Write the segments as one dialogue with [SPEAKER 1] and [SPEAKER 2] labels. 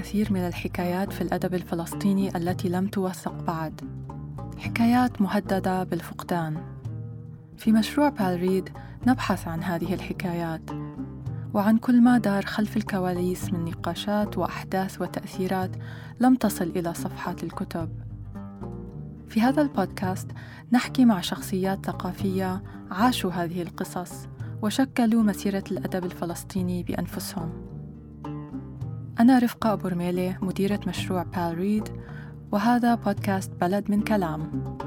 [SPEAKER 1] الكثير من الحكايات في الأدب الفلسطيني التي لم توثق بعد، حكايات مهددة بالفقدان. في مشروع بالريد نبحث عن هذه الحكايات وعن كل ما دار خلف الكواليس من نقاشات وأحداث وتأثيرات لم تصل إلى صفحات الكتب. في هذا البودكاست نحكي مع شخصيات ثقافية عاشوا هذه القصص وشكلوا مسيرة الأدب الفلسطيني بأنفسهم. أنا رفقة أبو رميلة، مديرة مشروع بالريد، وهذا بودكاست بلد من كلام.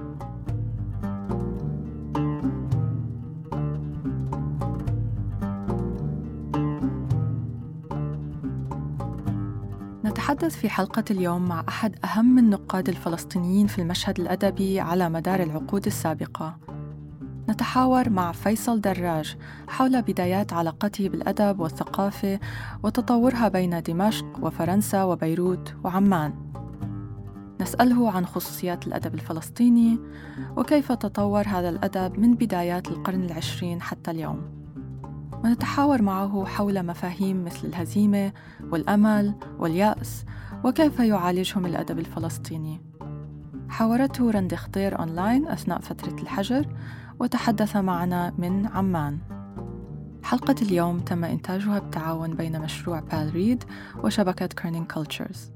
[SPEAKER 1] نتحدث في حلقة اليوم مع أحد أهم النقاد الفلسطينيين في المشهد الأدبي على مدار العقود السابقة. نتحاور مع فيصل دراج حول بدايات علاقته بالأدب والثقافة وتطورها بين دمشق وفرنسا وبيروت وعمان. نسأله عن خصوصيات الأدب الفلسطيني وكيف تطور هذا الأدب من بدايات القرن العشرين حتى اليوم. ونتحاور معه حول مفاهيم مثل الهزيمة والأمل واليأس وكيف يعالجهم الأدب الفلسطيني. حاورته رند خضير أونلاين أثناء فترة الحجر وتحدث معنا من عمان. حلقة اليوم تم إنتاجها بالتعاون بين مشروع بالريد وشبكة كيرنينج كولتشرز.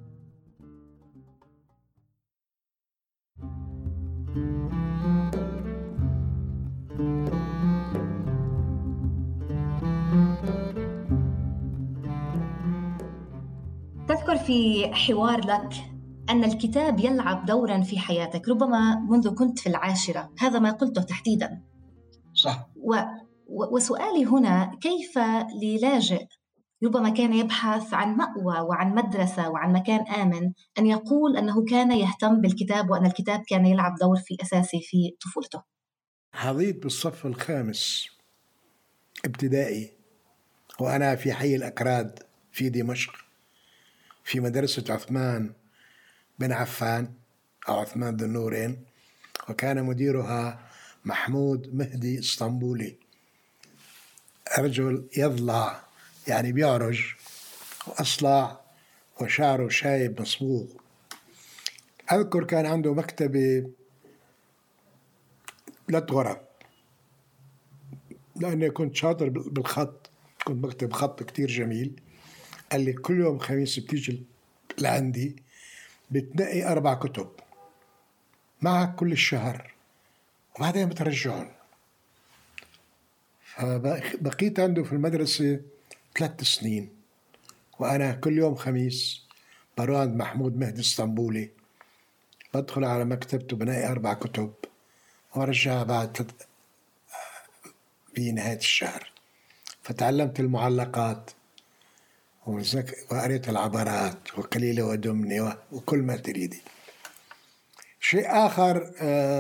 [SPEAKER 2] تذكر في حوار لك أن الكتاب يلعب دورا في حياتك ربما منذ كنت في العاشرة، هذا ما قلته تحديدا.
[SPEAKER 3] صح.
[SPEAKER 2] وسؤالي هنا، كيف للاجئ ربما كان يبحث عن مأوى وعن مدرسة وعن مكان آمن أن يقول أنه كان يهتم بالكتاب وأن الكتاب كان يلعب دور في أساسي في طفولته؟
[SPEAKER 3] حضيت بالصف الخامس ابتدائي وأنا في حي الأكراد في دمشق في مدرسة عثمان بن عفان أو عثمان ذو النورين، وكان مديرها محمود مهدي اسطنبولي، رجل يضلع يعني بيعرج وأصلع وشعره شايب مصبوغ. أذكر كان عنده مكتبة 3 غرف لأني كنت شاطر بالخط، كنت بكتب خط كتير جميل. قال لي كل يوم خميس بتيجي لعندي بتنقي 4 كتب معك كل الشهر وبعدين بترجعهم. فبقيت عنده في المدرسة 3 سنين، وأنا كل يوم خميس بروح عند محمود مهدي اسطنبولي، بدخل على مكتبته بنقي 4 كتب وارجعها بعد بنهاية الشهر. فتعلمت المعلقات وقريت العبارات وقليلة ودمني وكل ما تريدي. شيء آخر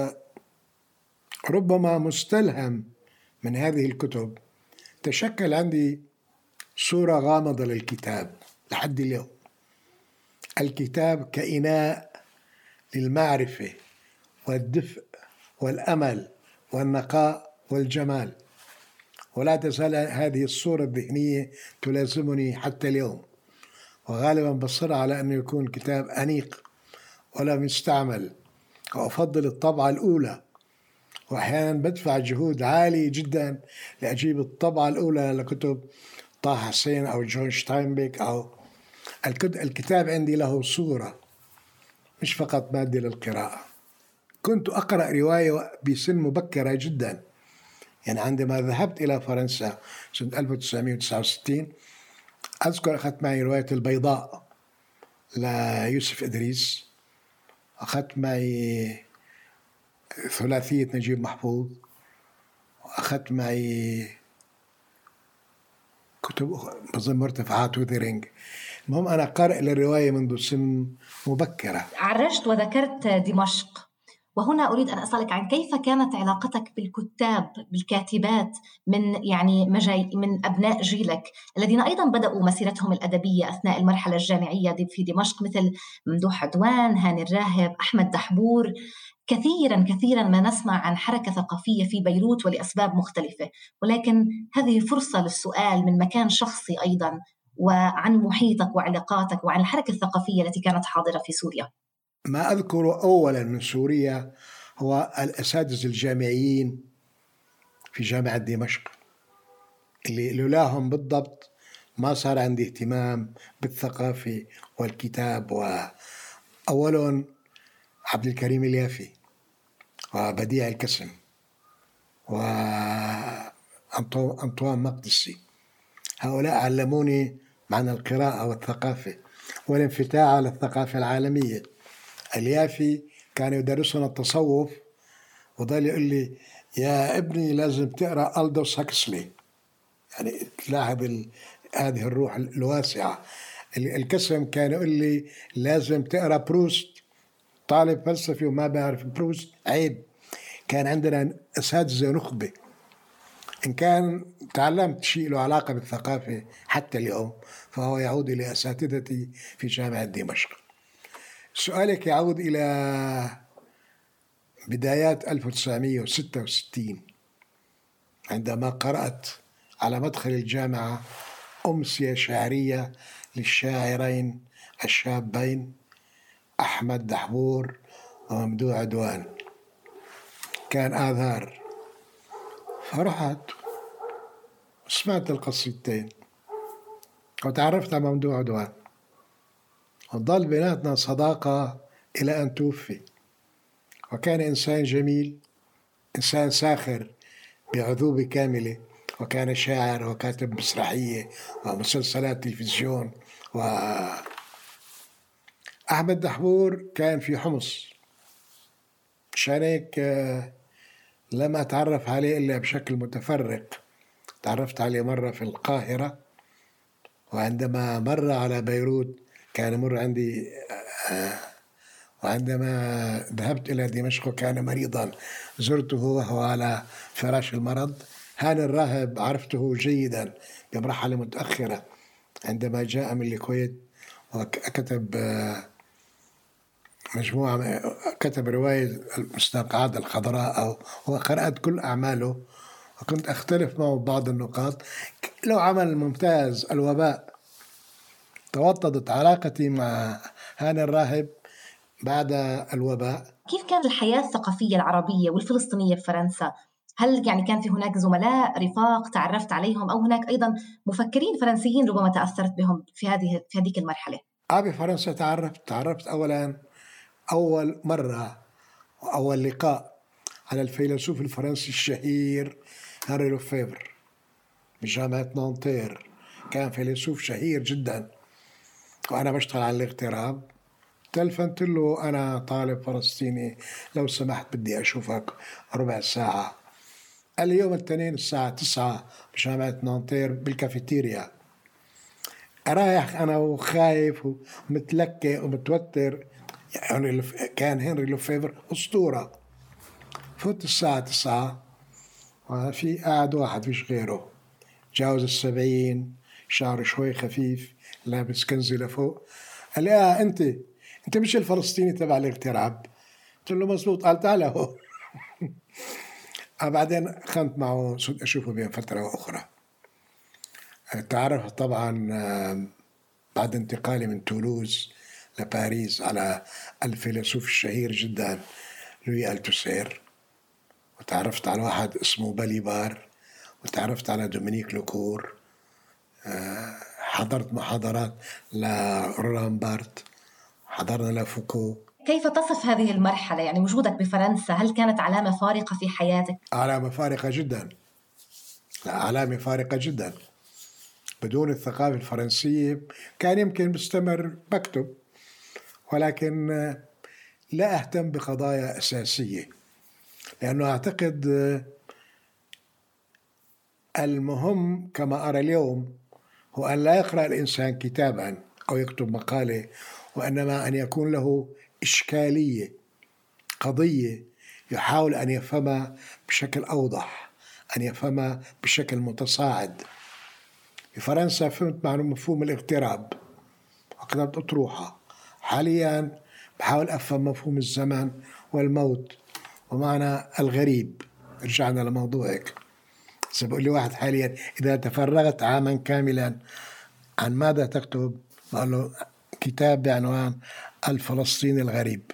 [SPEAKER 3] ربما مستلهم من هذه الكتب، تشكل عندي صورة غامضة للكتاب لحد اليوم. الكتاب كإناء للمعرفة والدفء والأمل والنقاء والجمال، ولا تزال هذه الصورة الذهنية تلازمني حتى اليوم، وغالبا بصر على أنه يكون كتاب أنيق ولم يستعمل، وأفضل الطبعة الأولى، وأحيانا بدفع جهود عالية جدا لأجيب الطبعة الأولى لكتب طه حسين أو جون شتاينبيك أو الكتاب عندي له صورة مش فقط مادة للقراءة. كنت أقرأ رواية بسن مبكرة جدا، يعني عندما ذهبت إلى فرنسا سنة 1969 أذكر أخذت معي رواية البيضاء ليوسف إدريس، أخذت معي ثلاثية نجيب محفوظ، وأخذت معي كتب بظن مرتفعات وذيرينج. المهم أنا قارئ للرواية منذ سن مبكرة.
[SPEAKER 2] عرجت وذكرت دمشق، وهنا أريد أن أسألك عن كيف كانت علاقتك بالكتاب بالكاتبات من أبناء جيلك الذين أيضا بدأوا مسيرتهم الأدبية أثناء المرحلة الجامعية في دمشق، مثل ممدوح عدوان، هاني الراهب، أحمد دحبور. كثيرا ما نسمع عن حركة ثقافية في بيروت ولأسباب مختلفة، ولكن هذه فرصة للسؤال من مكان شخصي أيضا، وعن محيطك وعلاقاتك وعن الحركة الثقافية التي كانت حاضرة في سوريا؟
[SPEAKER 3] ما أذكره أولا من سوريا هو الأساتذة الجامعيين في جامعة دمشق، اللي لولاهم بالضبط ما صار عندي اهتمام بالثقافة والكتاب. وأولهم عبد الكريم اليافي وبديع الكسم وأنطوان مقدسي. هؤلاء علموني معنى القراءة والثقافة والانفتاح على الثقافة العالمية. اليافي كان يدرسنا التصوف وظل يقول لي يا ابني لازم تقرأ ألدوس هاكسلي، يعني تلاحظ هذه الروح الواسعة. الكسم كان يقول لي لازم تقرأ بروست، طالب فلسفي وما بيعرف بروست عيب. كان عندنا أساتذة نخبة. إن كان تعلمت شيء له علاقة بالثقافة حتى اليوم فهو يعود إلى أساتذتي في جامعة دمشق. سؤالك يعود إلى بدايات 1966 عندما قرأت على مدخل الجامعة أمسية شعرية للشاعرين الشابين أحمد دحبور وممدوح عدوان، كان آذار. فرحت سمعت القصيدتين وتعرفت على ممدوح عدوان، وظل بيناتنا صداقة إلى أن توفي. وكان إنسان جميل، إنسان ساخر بعذوبة كاملة، وكان شاعر وكاتب مسرحية ومسلسلات تلفزيون. وأحمد دحبور كان في حمص، مشان هيك لم أتعرف عليه إلا بشكل متفرق. تعرفت عليه مرة في القاهرة، وعندما مر على بيروت كان يمر عندي، وعندما ذهبت إلى دمشق كان مريضا زرته وهو على فراش المرض. هاني الراهب عرفته جيدا بمرحلة متأخرة عندما جاء من الكويت وكتب مجموعة، كتب رواية المستنقعات الخضراء، وقرأت كل أعماله وكنت أختلف معه بعض النقاط. له عمل ممتاز، الوباء. توطدت علاقتي مع هاني الراهب بعد الوباء.
[SPEAKER 2] كيف كانت الحياة الثقافية العربية والفلسطينية بفرنسا؟ هل يعني كان في هناك زملاء رفاق تعرفت عليهم، أو هناك أيضا مفكرين فرنسيين ربما تأثرت بهم في هذيك المرحلة؟
[SPEAKER 3] بفرنسا تعرفت أول مرة وأول لقاء على الفيلسوف الفرنسي الشهير هنري لوفيفر بجامعة نانتير. كان فيلسوف شهير جدا، وأنا بشتغل على الاغتراب. تلفنت له أنا طالب فلسطيني، لو سمحت بدي أشوفك ربع ساعة. قال لي يوم الاثنين الساعة 9 بجامعة نانتير بالكافيتيريا. رايح أنا وخايف ومتلكئ ومتوتر، يعني كان هنري لوفيفر أسطورة. فوت الساعة 9 وفي قاعد واحد فيش غيره، جاوز 70، شعره شوي خفيف، لابس كنزي لفوق. قال لي انت مش الفلسطيني تبع الاغتراب؟ قلت له مزبوط. قال تعال هو. بعدين خنت معه، صرت اشوفه بين فتره واخرى. تعرف طبعا بعد انتقالي من تولوز لباريس على الفيلسوف الشهير جدا لوي التوسير، وتعرفت على واحد اسمه باليبار، وتعرفت على دومينيك لوكور. حضرت محاضرات لرولان بارت، حضرنا لفوكو.
[SPEAKER 2] كيف تصف هذه المرحلة؟ يعني وجودك بفرنسا هل كانت علامة فارقة في حياتك؟
[SPEAKER 3] علامة فارقة جدا، علامة فارقة جدا. بدون الثقافة الفرنسية كان يمكن بستمر بكتب، ولكن لا أهتم بقضايا أساسية، لأنه أعتقد المهم كما أرى اليوم هو أن لا يقرأ الإنسان كتابا أو يكتب مقالة، وإنما أن يكون له إشكالية، قضية يحاول أن يفهمها بشكل أوضح، أن يفهمها بشكل متصاعد. في فرنسا فهمت معنى مفهوم الاغتراب وكتبت أطروحة. حاليا بحاول أفهم مفهوم الزمن والموت ومعنى الغريب. رجعنا لموضوعك. بقول لي واحد حاليا إذا تفرغت عاما كاملا عن ماذا تكتب؟ قال له كتاب بعنوان الفلسطيني الغريب.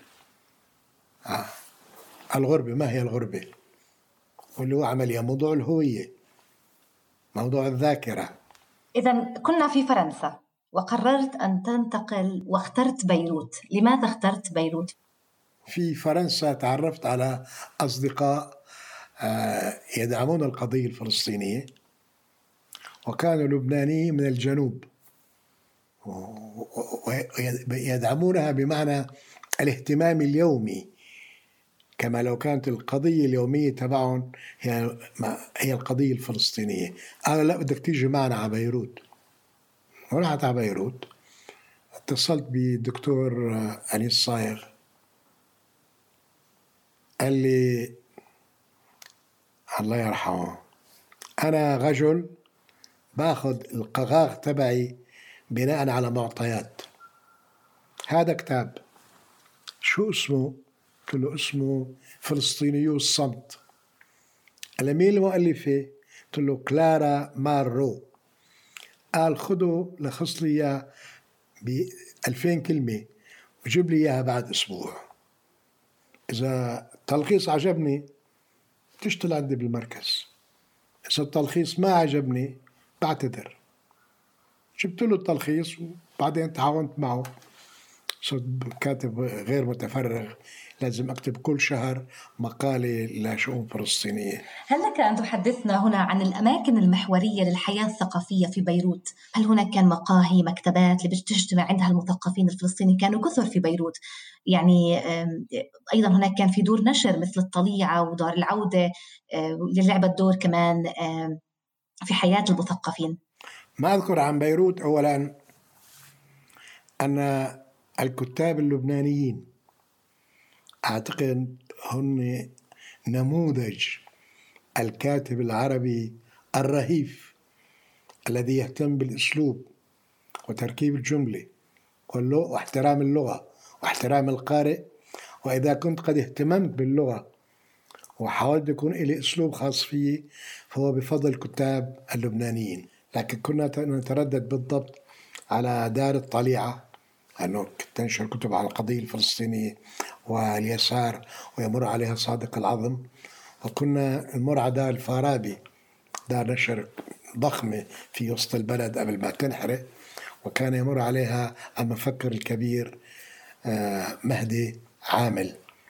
[SPEAKER 3] الغربة، ما هي الغربة؟ واللي هو عملية موضوع الهوية، موضوع الذاكرة.
[SPEAKER 2] إذا كنا في فرنسا وقررت أن تنتقل واخترت بيروت. لماذا اخترت بيروت؟
[SPEAKER 3] في فرنسا تعرفت على أصدقاء يدعمون القضية الفلسطينية، وكانوا لبنانيين من الجنوب، ويدعمونها بمعنى الاهتمام اليومي، كما لو كانت القضية اليومية تبعهم هي القضية الفلسطينية. قالوا لا، بدك تيجي معنا على بيروت. ورحت على بيروت، اتصلت بالدكتور أنيس صايغ، قال لي الله يرحمه، أنا رجل باخذ القرار تبعي بناء على معطيات. هذا كتاب شو اسمه؟ قلت له اسمه فلسطينيو الصمت. قال مين المؤلفة؟ قلت له كلارا مارو. قال خده لخص لي اياه ب2000 كلمة وجيب لي اياها بعد اسبوع. اذا التلخيص عجبني تشتغل عندي بالمركز، اذا التلخيص ما عجبني بعتذر. جبت له التلخيص وبعدين تعاونت معه، صرت كاتب غير متفرغ، لازم أكتب كل شهر مقالة لشؤون فلسطينية.
[SPEAKER 2] هل لك أن تحدثنا هنا عن الأماكن المحورية للحياة الثقافية في بيروت؟ هل هناك كان مقاهي، مكتبات اللي بتجتمع عندها المثقفين الفلسطينيين؟ كانوا كثر في بيروت، يعني أيضا هناك كان في دور نشر مثل الطليعة ودار العودة اللي لعبت دور كمان في حياة المثقفين.
[SPEAKER 3] ما أذكر عن بيروت أولا أن الكتاب اللبنانيين أعتقد هن نموذج الكاتب العربي الرهيف الذي يهتم بالأسلوب وتركيب الجملة واحترام اللغة واحترام القارئ. وإذا كنت قد اهتممت باللغة وحاولت يكون لي أسلوب خاص فيه فهو بفضل الكتاب اللبنانيين. لكن كنا نتردد بالضبط على دار الطليعة، أنه تنشر كتب على القضية الفلسطينية واليسار ويمر عليها صادق العظم، وكنا نمر على دار الفارابي، دار نشر ضخمة في وسط البلد قبل ما تنحرق، وكان يمر عليها المفكر الكبير مهدي عامل.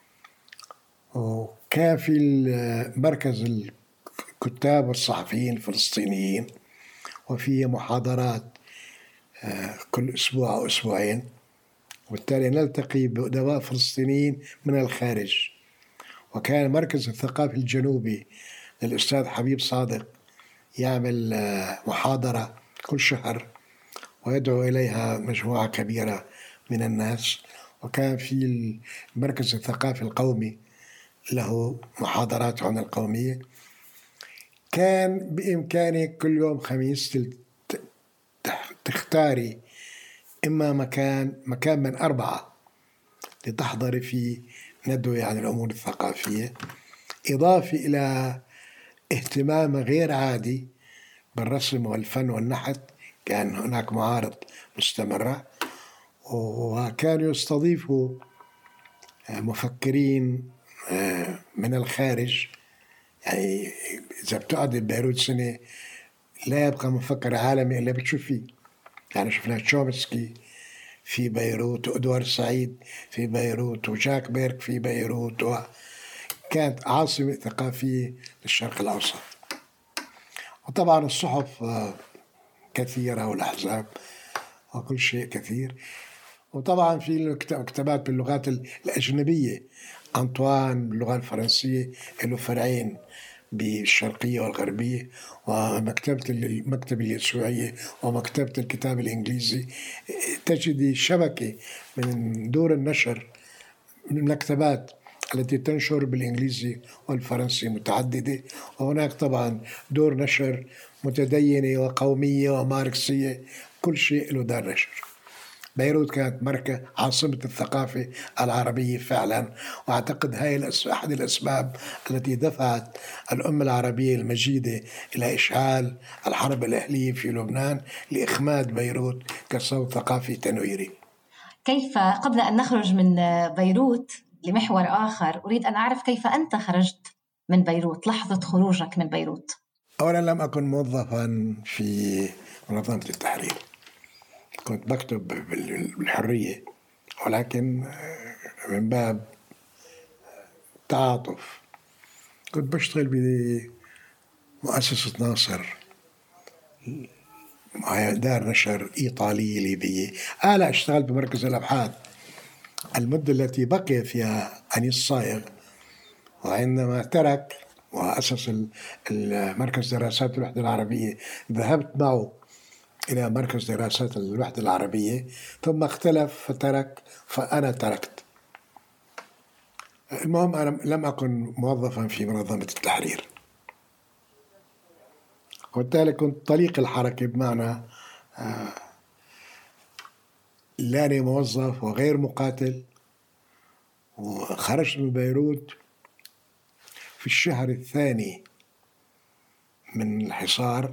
[SPEAKER 3] وكان في مركز الكتاب والصحفيين الفلسطينيين، وفيه محاضرات كل أسبوع أو أسبوعين، وبالتالي نلتقي بأدباء فلسطينيين من الخارج. وكان مركز الثقافي الجنوبي للأستاذ حبيب صادق يعمل محاضرة كل شهر ويدعو إليها مجموعة كبيرة من الناس. وكان في المركز الثقافي القومي له محاضرات عن القومية. كان بإمكانك كل يوم خميس تختاري إما مكان من 4 لتحضري فيه ندوة عن الأمور الثقافية، إضافة إلى اهتمام غير عادي بالرسم والفن والنحت. كان هناك معارض مستمرة، وكانوا يستضيفوا مفكرين من الخارج. يعني إذا بتقعد ببيروت سنة لا يبقى مفكر عالمي إلا بتشوفيه. يعني شفنا تشومسكي في بيروت، وإدوارد سعيد في بيروت، وجاك بيرك في بيروت، وكانت عاصمة ثقافية للشرق الأوسط. وطبعا الصحف كثيرة والأحزاب وكل شيء كثير. وطبعا في مكتبات باللغات الأجنبية، أنطوان باللغة الفرنسية له فرعين بالشرقية والغربية، ومكتبة اليسوعية ومكتبة الكتاب الإنجليزي. تجد شبكة من دور النشر من المكتبات التي تنشر بالإنجليزي والفرنسي متعددة. وهناك طبعا دور نشر متدينة وقومية وماركسية، كل شيء له دار نشر. بيروت كانت مركز عاصمة الثقافة العربية فعلا، وأعتقد هاي أحد الأسباب التي دفعت الأمة العربية المجيدة إلى إشعال الحرب الأهلية في لبنان لإخماد بيروت كصوت ثقافي تنويري.
[SPEAKER 2] كيف، قبل أن نخرج من بيروت لمحور آخر، أريد أن أعرف كيف أنت خرجت من بيروت، لحظة خروجك من بيروت.
[SPEAKER 3] أولا لم أكن موظفا في منظمة التحرير، كنت بكتب بالحرية، ولكن من باب تعاطف كنت بشتغل بمؤسسة ناصر، دار نشر إيطالية ليبية. لا، اشتغلت بمركز الأبحاث المدة التي بقي فيها أنيس صايغ، وعندما ترك وأسس المركز دراسات الوحدة العربية ذهبت معه إلى مركز دراسات الوحدة العربية، ثم اختلف فترك، فأنا تركت. المهم أنا لم أكن موظفا في منظمة التحرير، وبالتالي كنت طليق الحركة، بمعنى لاني موظف وغير مقاتل. وخرجت من بيروت في الشهر الثاني من الحصار،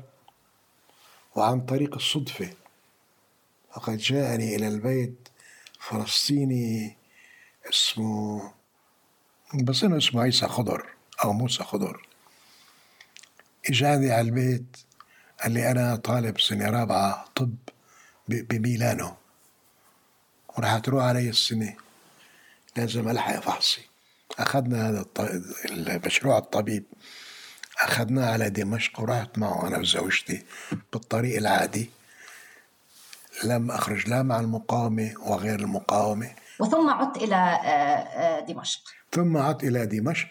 [SPEAKER 3] وعن طريق الصدفة فقد جاءني إلى البيت فلسطيني اسمه عيسى خضر أو موسى خضر. إجاني على البيت قال لي أنا طالب سنة رابعة طب بميلانو، وراح تروح علي السنة، لازم ألحق فحصي. أخذنا هذا المشروع الطبيب، أخذناه على دمشق، ورحت معه أنا وزوجتي بالطريق العادي، لم أخرج لا مع المقاومة وغير المقاومة.
[SPEAKER 2] وثم عدت إلى دمشق.
[SPEAKER 3] ثم عدت إلى دمشق،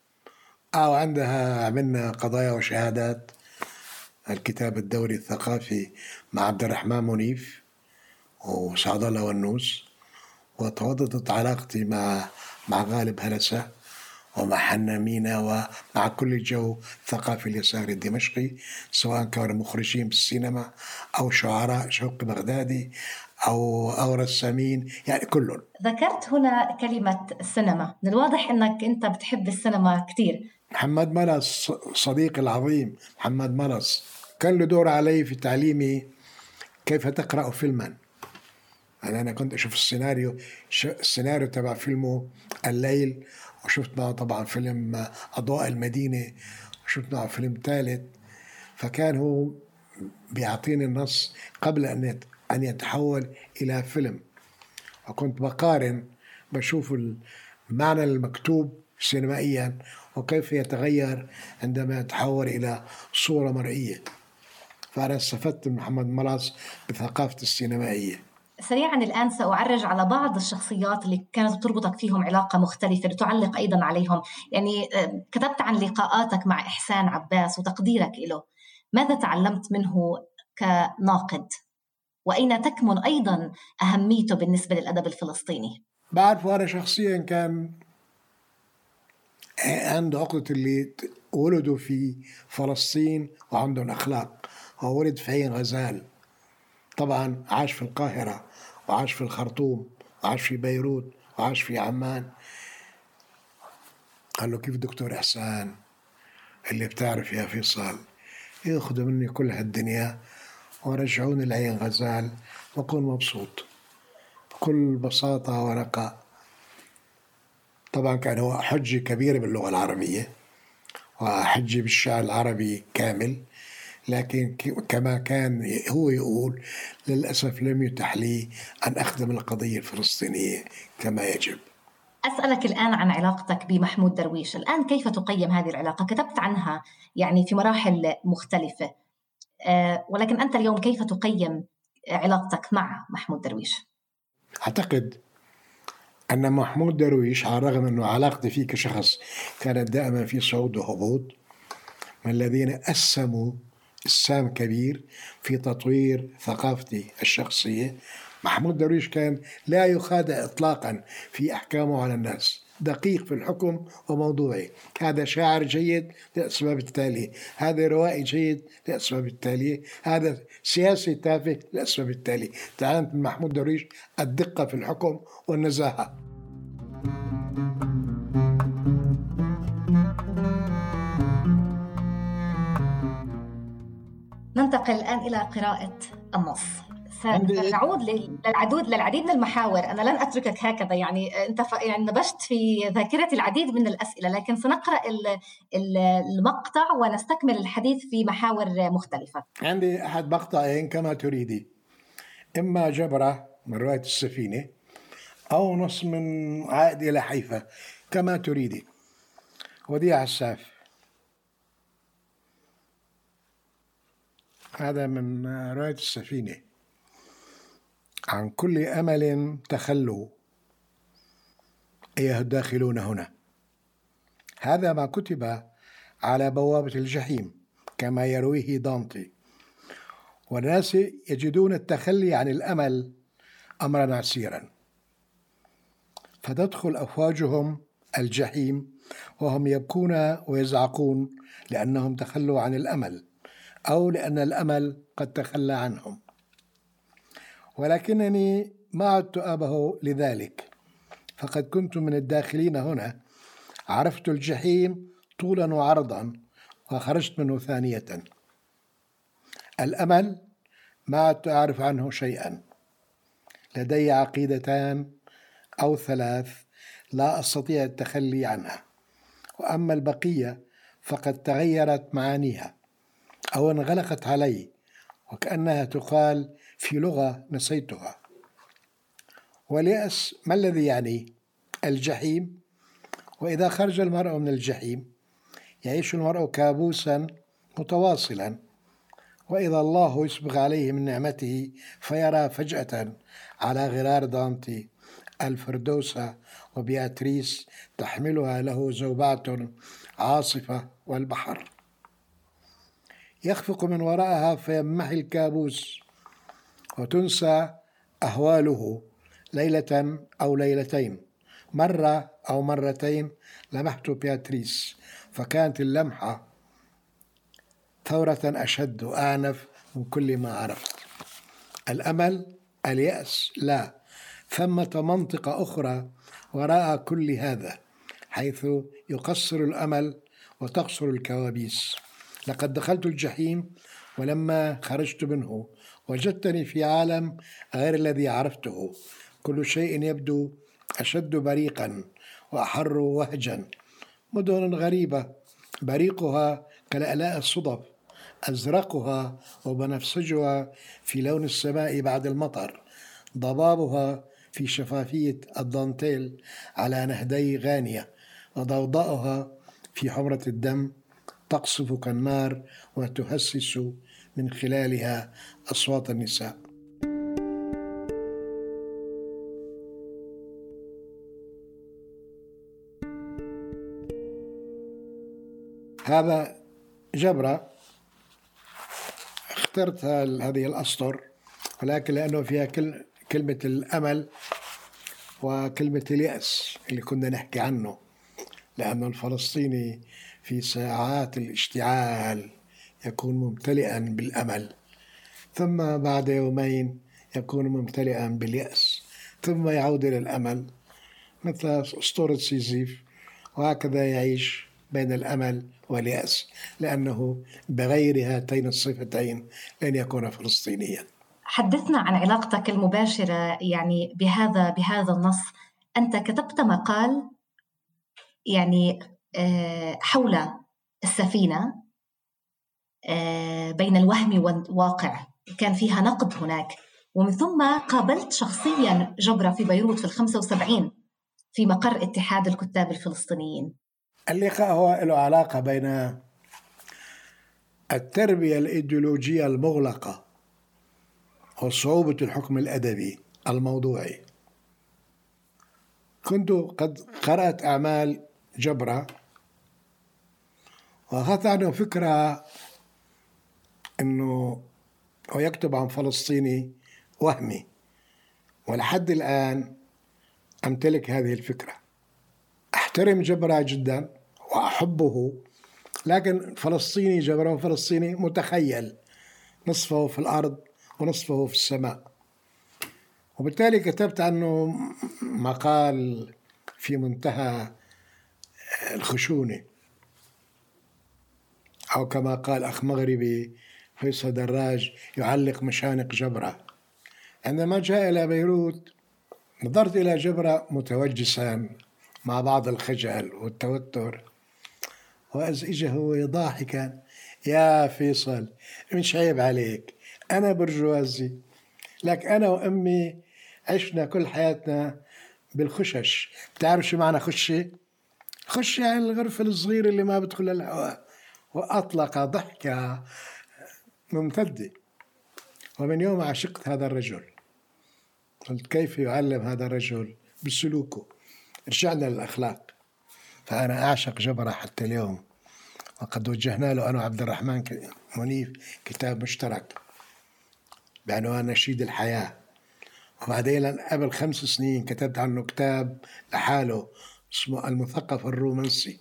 [SPEAKER 3] وعندها عملنا قضايا وشهادات، الكتاب الدوري الثقافي مع عبد الرحمن منيف وسعد الله ونوس، وتوضدت علاقتي مع غالب هلسة ومع حنا مينا ومع كل الجو الثقافي اليساري الدمشقي، سواء كانوا مخرجين بالسينما أو شعراء شوقي بغدادي أو رسامين، يعني كلهم.
[SPEAKER 2] ذكرت هنا كلمة السينما، من الواضح أنك أنت بتحب السينما كتير.
[SPEAKER 3] محمد ملس صديقي العظيم، محمد ملس كان له دور علي في تعليمي كيف تقرأ فيلما. أنا كنت أشوف السيناريو تبع فيلمه الليل، وشفت معه طبعا فيلم أضواء المدينة، وشفت معه فيلم ثالث، فكان هو بيعطيني النص قبل أن يتحول إلى فيلم، وكنت بقارن بشوف المعنى المكتوب سينمائيا وكيف يتغير عندما يتحول إلى صورة مرئية. فأنا استفدت من محمد ملس بثقافة السينمائية.
[SPEAKER 2] سريعا الآن سأعرج على بعض الشخصيات اللي كانت تربطك فيهم علاقة مختلفة لتعلق أيضا عليهم. يعني كتبت عن لقاءاتك مع إحسان عباس وتقديرك له، ماذا تعلمت منه كناقد؟ وأين تكمن أيضا أهميته بالنسبة للأدب الفلسطيني؟
[SPEAKER 3] بعرف أنا شخصيا كان عنده عقدة اللي ولدوا في فلسطين وعندهم أخلاق. هو ولد في عين غزال، طبعا عاش في القاهرة وعاش في الخرطوم وعاش في بيروت وعاش في عمان. قال له كيف دكتور إحسان اللي بتعرف يا فيصل ياخذوا مني كل هالدنيا ورجعوني لعين غزال وأكون مبسوط بكل بساطة ونقاء. طبعا كان هو حجة كبيرة باللغة العربية وحجة بالشعر العربي كامل، لكن كما كان هو يقول للأسف لم يتح لي أن أخدم القضية الفلسطينية كما يجب.
[SPEAKER 2] أسألك الآن عن علاقتك بمحمود درويش. الآن كيف تقيم هذه العلاقة؟ كتبت عنها يعني في مراحل مختلفة، ولكن أنت اليوم كيف تقيم علاقتك مع محمود درويش؟
[SPEAKER 3] أعتقد أن محمود درويش على الرغم أنه علاقتي فيه كشخص كانت دائما في صعود وهبوط، من الذين أسهموا إسهام كبير في تطوير ثقافتي الشخصية. محمود درويش كان لا يخادع إطلاقا في أحكامه على الناس، دقيق في الحكم وموضوعي. هذا شاعر جيد للأسباب التالية، هذا روائي جيد للأسباب التالية، هذا سياسي تافه للأسباب التالية. تعلمت من محمود درويش الدقة في الحكم والنزاهة.
[SPEAKER 2] ننتقل الآن إلى قراءة النص. سنعود للعديد من المحاور. أنا لن أتركك هكذا، يعني أنت يعني نبشت في ذاكرتي العديد من الأسئلة، لكن سنقرأ المقطع ونستكمل الحديث في محاور مختلفة.
[SPEAKER 3] عندي أحد مقطعين كما تريدي، إما جبرة من رواية السفينة أو نص من عائد إلى حيفا كما تريدي. وديع عساف، هذا من رواية السفينة. عن كل أمل تخلوا أيها الداخلون هنا. هذا ما كتب على بوابة الجحيم كما يرويه دانتي. والناس يجدون التخلي عن الأمل أمرا عسيرا، فتدخل أفواجهم الجحيم وهم يبكون ويزعقون لأنهم تخلوا عن الأمل أو لأن الأمل قد تخلى عنهم. ولكنني ما عدت أبه لذلك، فقد كنت من الداخلين هنا، عرفت الجحيم طولا وعرضا وخرجت منه ثانية. الأمل ما عدت أعرف عنه شيئا. لدي عقيدتان أو ثلاث لا أستطيع التخلي عنها، وأما البقية فقد تغيرت معانيها أو انغلقت علي وكأنها تقال في لغة نسيتها. واليأس ما الذي يعني؟ الجحيم. وإذا خرج المرء من الجحيم يعيش المرء كابوسا متواصلا، وإذا الله يسبغ عليه من نعمته فيرى فجأة على غرار دانتي الفردوس وبياتريس تحملها له زوبعة عاصفة والبحر. يخفق من وراءها فيمحي الكابوس وتنسى أهواله ليلة أو ليلتين. مرة أو مرتين لمحت بياتريس، فكانت اللمحة ثورة أشد وأعنف من كل ما عرفت. الأمل، اليأس، لا، ثمة منطقة أخرى وراء كل هذا، حيث يقصر الأمل وتقصر الكوابيس. لقد دخلت الجحيم، ولما خرجت منه وجدتني في عالم غير الذي عرفته. كل شيء يبدو أشد بريقا وأحر وهجا. مدن غريبة، بريقها كلألاء الصدف، أزرقها وبنفسجها في لون السماء بعد المطر، ضبابها في شفافية الدانتيل على نهدي غانية، وضوضاؤها في حمرة الدم تقصف كالنار وتهسس من خلالها أصوات النساء. هذا جبرة. اخترت هذه الأسطر ولكن لأنه فيها كلمة الأمل وكلمة اليأس اللي كنا نحكي عنه، لأن الفلسطيني في ساعات الاشتعال يكون ممتلئا بالأمل، ثم بعد يومين يكون ممتلئا باليأس، ثم يعود إلى الأمل مثل أسطورة سيزيف. وهكذا يعيش بين الأمل واليأس، لأنه بغير هاتين الصفتين لن يكون فلسطينيا.
[SPEAKER 2] حدثنا عن علاقتك المباشرة يعني بهذا النص. أنت كتبت مقال يعني حول السفينة بين الوهم والواقع، كان فيها نقد هناك، ومن ثم قابلت شخصيا جبرة في بيروت في 75 في مقر اتحاد الكتاب الفلسطينيين.
[SPEAKER 3] اللقاء هو له علاقة بين التربية الإيديولوجية المغلقة وصعوبة الحكم الأدبي الموضوعي. كنت قد قرأت أعمال جبرة وأخذت عنه فكرة أنه هو يكتب عن فلسطيني وهمي، ولحد الآن أمتلك هذه الفكرة. أحترم جبرة جدا وأحبه، لكن فلسطيني جبرة فلسطيني متخيل، نصفه في الأرض ونصفه في السماء. وبالتالي كتبت عنه مقال في منتهى الخشونة، أو كما قال أخ مغربي فيصل دراج يعلق مشانق جبرة. عندما جاء إلى بيروت نظرت إلى جبرة متوجسا مع بعض الخجل والتوتر، وإذ إجا هو ضاحكا: يا فيصل مش عيب عليك، أنا برجوازي، لك أنا وأمي عشنا كل حياتنا بالخشش. بتعرف شو معنى خشة؟ خش يعني الغرفة الصغيرة اللي ما بدخل الهواء. وأطلق ضحكة ممتدة. ومن يوم عشقت هذا الرجل، قلت كيف يعلم هذا الرجل بسلوكه. رجعنا للأخلاق. فأنا أعشق جبرة حتى اليوم، وقد وجهنا له أنا وعبد الرحمن منيف كتاب مشترك بعنوان نشيد الحياة. وبعدين قبل 5 سنين كتبت عنه كتاب لحاله اسمه المثقف الرومانسي.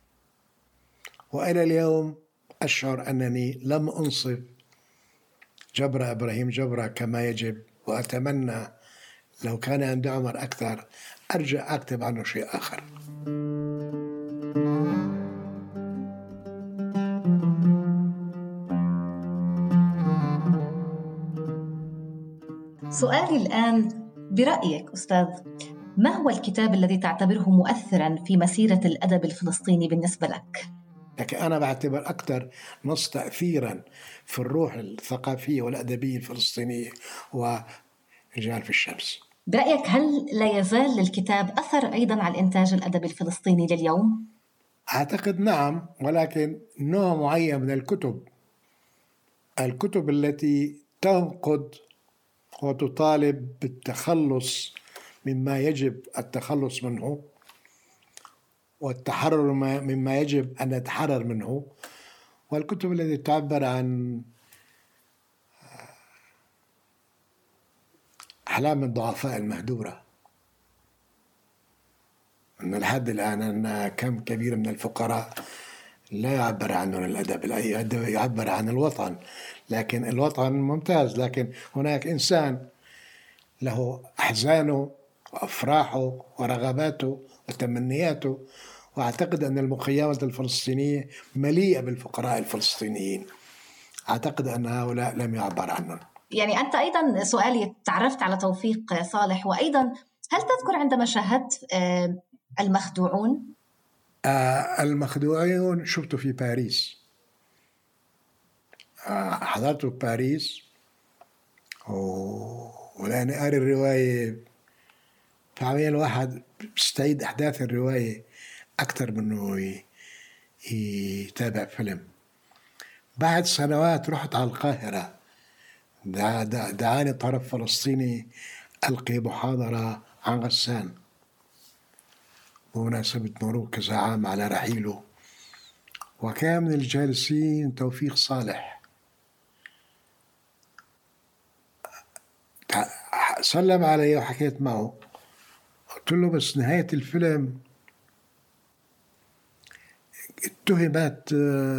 [SPEAKER 3] وإلى اليوم أشعر أنني لم أنصف جبرة إبراهيم جبرة كما يجب، وأتمنى لو كان عندي عمر أكثر أرجع أكتب عنه شيء آخر.
[SPEAKER 2] سؤالي الآن، برأيك أستاذ، ما هو الكتاب الذي تعتبره مؤثراً في مسيرة الأدب الفلسطيني بالنسبة لك؟
[SPEAKER 3] لكن أنا بعتبر أكثر نص تأثيراً في الروح الثقافية والأدبية الفلسطينية ورجال في الشمس.
[SPEAKER 2] برأيك هل لا يزال للكتاب أثر أيضاً على الإنتاج الأدبي الفلسطيني لليوم؟
[SPEAKER 3] أعتقد نعم، ولكن نوع معين من الكتب التي تنقد وتطالب بالتخلص مما يجب التخلص منه والتحرر مما يجب أن نتحرر منه، والكتب التي تعبر عن أحلام الضعفاء المهدورة. أن لحد الآن أن كم كبير من الفقراء لا يعبر عنهم الأدب، يعبر عن الوطن، لكن الوطن ممتاز، لكن هناك إنسان له أحزانه وأفراحه ورغباته وتمنياته. وأعتقد أن المخيمة الفلسطينية مليئة بالفقراء الفلسطينيين، أعتقد أن هؤلاء لم يعبر عنهم.
[SPEAKER 2] يعني أنت أيضا، سؤالي، تعرفت على توفيق صالح، وأيضا هل تذكر عندما شاهدت المخدوعون؟
[SPEAKER 3] المخدوعون شفته في باريس، حضرته في باريس، ولأني قاري الرواية فعميل واحد بيستعيد أحداث الرواية أكثر منه يتابع فيلم. بعد سنوات رحت على القاهرة، دعاني طرف فلسطيني ألقي محاضرة عن غسان بمناسبة مرور كذا عام على رحيله، وكان من الجالسين توفيق صالح. سلم علي وحكيت معه، قلت له بس نهاية الفيلم اتهمت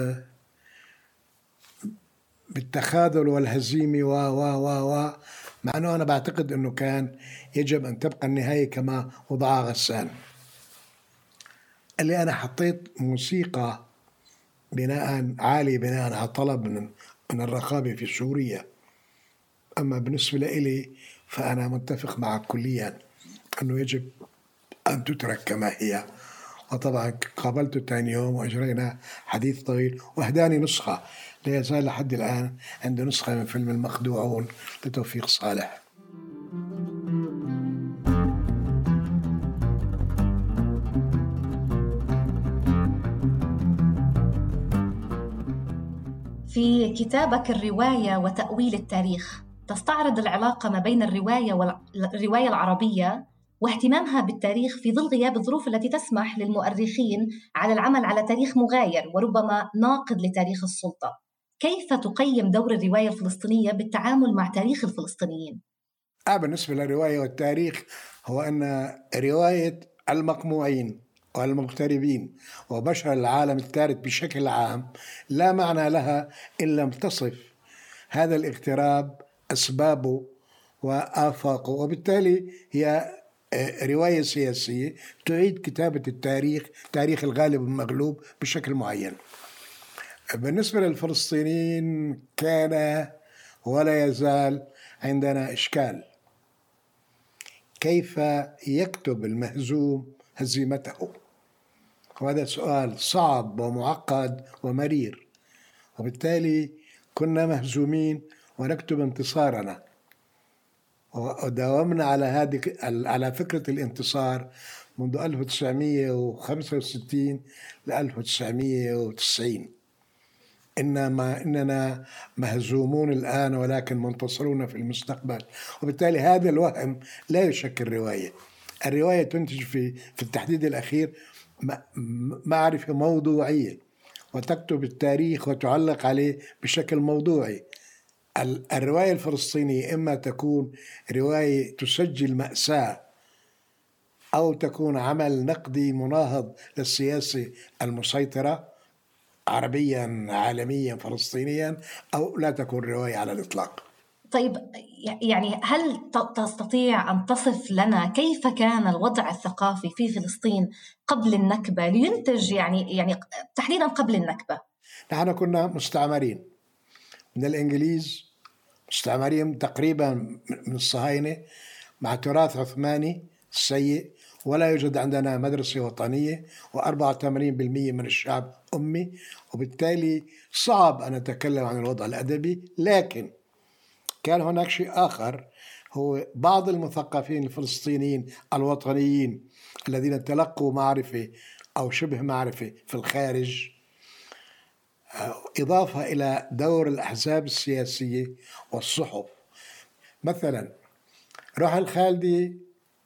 [SPEAKER 3] بالتخاذل والهزيمة مع أنه أنا بعتقد أنه كان يجب أن تبقى النهاية كما وضعها غسان. قال لي أنا حطيت موسيقى بناء على طلب من الرقابة في سوريا، أما بالنسبة لي فأنا متفق معك كليا أنه يجب أن تترك كما هي. وطبعا قابلته ثاني يوم وأجرينا حديث طويل، وأهداني نسخة، لا يزال لحد الآن عنده نسخة من فيلم المخدوعون لتوفيق صالح.
[SPEAKER 2] في كتابك الرواية وتأويل التاريخ تستعرض العلاقة ما بين الرواية العربية واهتمامها بالتاريخ في ظل غياب الظروف التي تسمح للمؤرخين على العمل على تاريخ مغاير وربما ناقض لتاريخ السلطة. كيف تقيم دور الرواية الفلسطينية بالتعامل مع تاريخ الفلسطينيين؟
[SPEAKER 3] بالنسبة للرواية والتاريخ، هو أن رواية المقموعين والمغتربين وبشر العالم الثالث بشكل عام لا معنى لها إن لم تصف هذا الاغتراب أسبابه وآفاقه، وبالتالي هي رواية سياسية تعيد كتابة التاريخ، تاريخ الغالب والمغلوب بشكل معين. بالنسبة للفلسطينيين كان ولا يزال عندنا إشكال، كيف يكتب المهزوم هزيمته؟ وهذا سؤال صعب ومعقد ومرير، وبالتالي كنا مهزومين ونكتب انتصارنا، وداومنا على فكرة الانتصار منذ 1965 ل 1990. إننا مهزومون الآن ولكن منتصرون في المستقبل، وبالتالي هذا الوهم لا يشكل رواية. الرواية تنتج في التحديد الأخير معرفة موضوعية، وتكتب التاريخ وتعلق عليه بشكل موضوعي. الرواية الفلسطينية إما تكون رواية تسجل مأساة، أو تكون عمل نقدي مناهض للسياسة المسيطرة عربيا عالميا فلسطينيا، أو لا تكون رواية على الإطلاق.
[SPEAKER 2] طيب يعني هل تستطيع أن تصف لنا كيف كان الوضع الثقافي في فلسطين قبل النكبة لينتج يعني تحديدا قبل النكبة؟
[SPEAKER 3] نحن كنا مستعمرين من الإنجليز، مستعمرين تقريبا من الصهاينة، مع تراث عثماني سيء، ولا يوجد عندنا مدرسة وطنية، و84% من الشعب أمي، وبالتالي صعب أن نتكلم عن الوضع الأدبي. لكن كان هناك شيء آخر، هو بعض المثقفين الفلسطينيين الوطنيين الذين تلقوا معرفة أو شبه معرفة في الخارج، إضافة إلى دور الأحزاب السياسية والصحف. مثلا روح الخالدي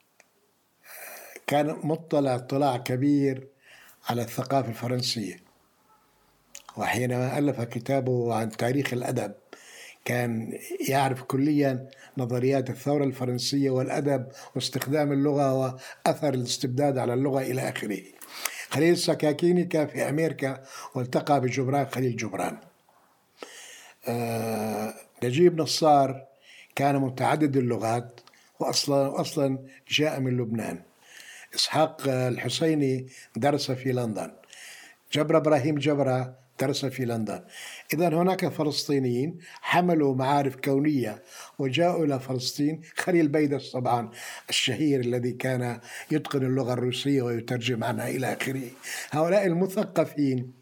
[SPEAKER 3] كان مطلع اطلاع كبير على الثقافة الفرنسية، وحينما ألف كتابه عن تاريخ الأدب كان يعرف كليا نظريات الثورة الفرنسية والأدب واستخدام اللغة وأثر الاستبداد على اللغة إلى آخره. خليل السكاكيني كان في أمريكا والتقى بجبران خليل جبران. نجيب نصار كان متعدد اللغات وأصلا جاء من لبنان. إسحاق الحسيني درس في لندن. جبر إبراهيم جبرة درس في لندن. إذا هناك فلسطينيين حملوا معارف كونية وجاءوا إلى فلسطين. خليل بيدس طبعا الشهير الذي كان يتقن اللغة الروسية ويترجم عنها إلى آخره. هؤلاء المثقفين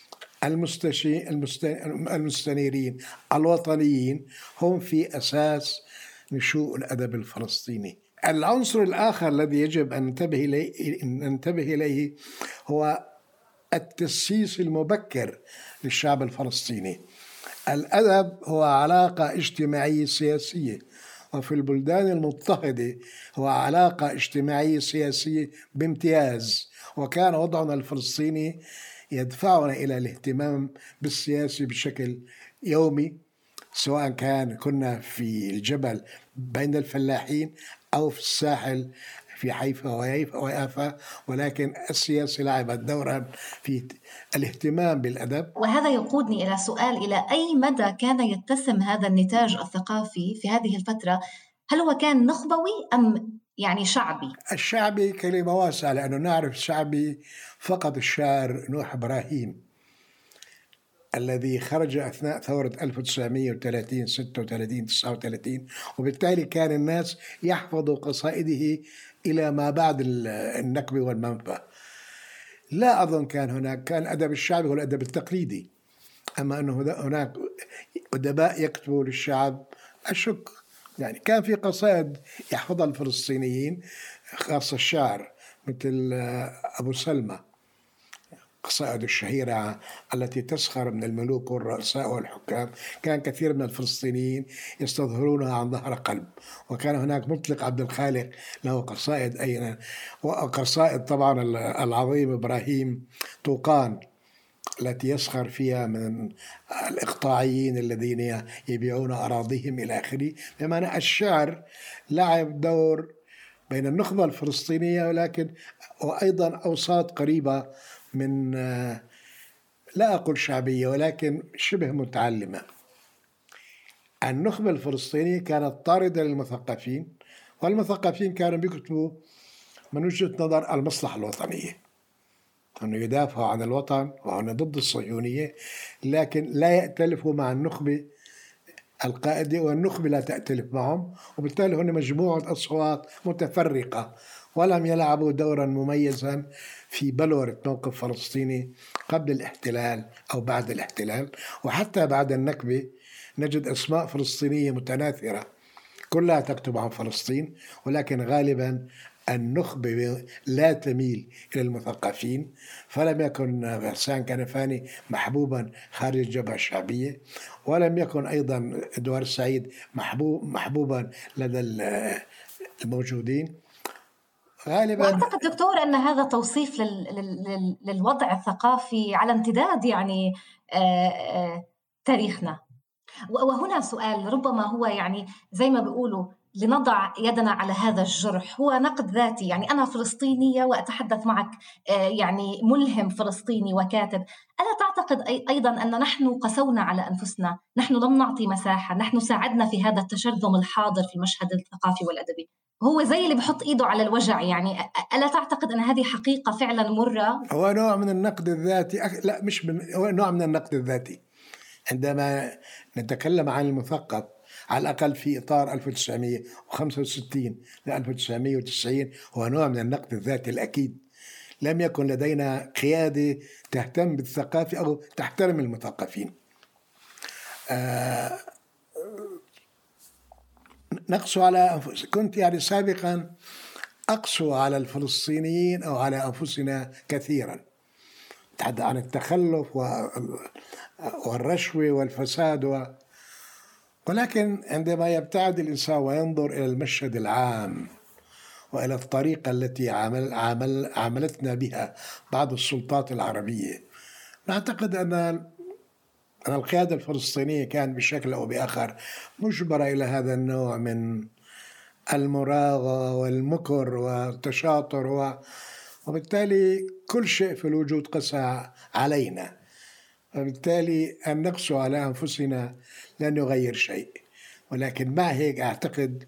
[SPEAKER 3] المستنيرين الوطنيين هم في أساس نشوء الأدب الفلسطيني. العنصر الآخر الذي يجب أن ننتبه إليه هو التسييس المبكر للشعب الفلسطيني. الأدب هو علاقة اجتماعية سياسية، وفي البلدان المضطهدة هو علاقة اجتماعية سياسية بامتياز. وكان وضعنا الفلسطيني يدفعنا إلى الاهتمام بالسياسة بشكل يومي، سواء كنا في الجبل بين الفلاحين أو في الساحل في حيفا ويافا، ولكن السياسة لعبت دورا في الاهتمام بالأدب.
[SPEAKER 2] وهذا يقودني إلى سؤال: إلى أي مدى كان يتسم هذا النتاج الثقافي في هذه الفترة؟ هل هو كان نخبوي أم يعني شعبي؟
[SPEAKER 3] الشعبي كلمة واسعة، لأنه نعرف شعبي فقط الشاعر نوح إبراهيم الذي خرج أثناء ثورة 1930 36 39، وبالتالي كان الناس يحفظوا قصائده إلى ما بعد النكبة والمنفى. لا أظن كان الأدب الشعبي هو الأدب التقليدي. أما أنه هناك أدباء يكتبوا للشعب أشك. يعني كان في قصائد يحفظها الفلسطينيين، خاصة الشعر مثل أبو سلمى، قصائد الشهيرة التي تسخر من الملوك والرؤساء والحكام، كان كثير من الفلسطينيين يستظهرونها عن ظهر قلب. وكان هناك مطلق عبد الخالق له قصائد وقصائد طبعا العظيم إبراهيم طوقان التي يسخر فيها من الإقطاعيين الذين يبيعون أراضيهم إلى آخره. بمعنى الشعر لعب دور بين النخبة الفلسطينية، ولكن وأيضا أوساط قريبة من لا أقول شعبية ولكن شبه متعلمة. النخبة الفلسطينية كانت طاردة للمثقفين، والمثقفين كانوا بيكتبوا من وجهة نظر المصلحة الوطنية، أنه يدافعوا عن الوطن وأنه ضد الصهيونية، لكن لا يأتلفوا مع النخبة القائدة، والنخبة لا تأتلف معهم، وبالتالي هن مجموعة أصوات متفرقة ولم يلعبوا دورا مميزا في بلورة موقف فلسطيني قبل الاحتلال أو بعد الاحتلال. وحتى بعد النكبة نجد أسماء فلسطينية متناثرة كلها تكتب عن فلسطين، ولكن غالبا النخبة لا تميل إلى المثقفين. فلم يكن غسان كنفاني محبوبا خارج الجبهة الشعبية، ولم يكن أيضا إدوار سعيد محبوبا لدى الموجودين غالبا.
[SPEAKER 2] وأعتقد دكتور أن هذا توصيف للوضع الثقافي على امتداد يعني تاريخنا. وهنا سؤال ربما هو يعني زي ما بيقولوا لنضع يدنا على هذا الجرح، هو نقد ذاتي. يعني أنا فلسطينية وأتحدث معك يعني ملهم فلسطيني وكاتب. ألا تعتقد أيضا أن نحن قسونا على أنفسنا؟ نحن لم نعطي مساحة، نحن ساعدنا في هذا التشرذم الحاضر في المشهد الثقافي والأدبي. هو زي اللي بحط إيده على الوجع. يعني ألا تعتقد أن هذه حقيقة فعلا مرة؟
[SPEAKER 3] هو نوع من النقد الذاتي، لا مش هو نوع من النقد الذاتي. عندما نتكلم عن المثقف على الأقل في إطار 1965 ل 1990 هو نوع من النقد الذاتي الأكيد. لم يكن لدينا قيادة تهتم بالثقافة أو تحترم المثقفين. نقسو على كنت يعني سابقا أقسو على الفلسطينيين أو على أنفسنا كثيرا، تحدث عن التخلف والرشوة والفساد ولكن عندما يبتعد الإنسان وينظر إلى المشهد العام وإلى الطريقة التي عاملتنا بها بعض السلطات العربية، نعتقد أن القيادة الفلسطينية كان بشكل أو بآخر مجبرة إلى هذا النوع من المراوغة والمكر والتشاطر، وبالتالي كل شيء في الوجود قسى علينا، وبالتالي أن نقسو على أنفسنا لن يغير شيء. ولكن مع هيك أعتقد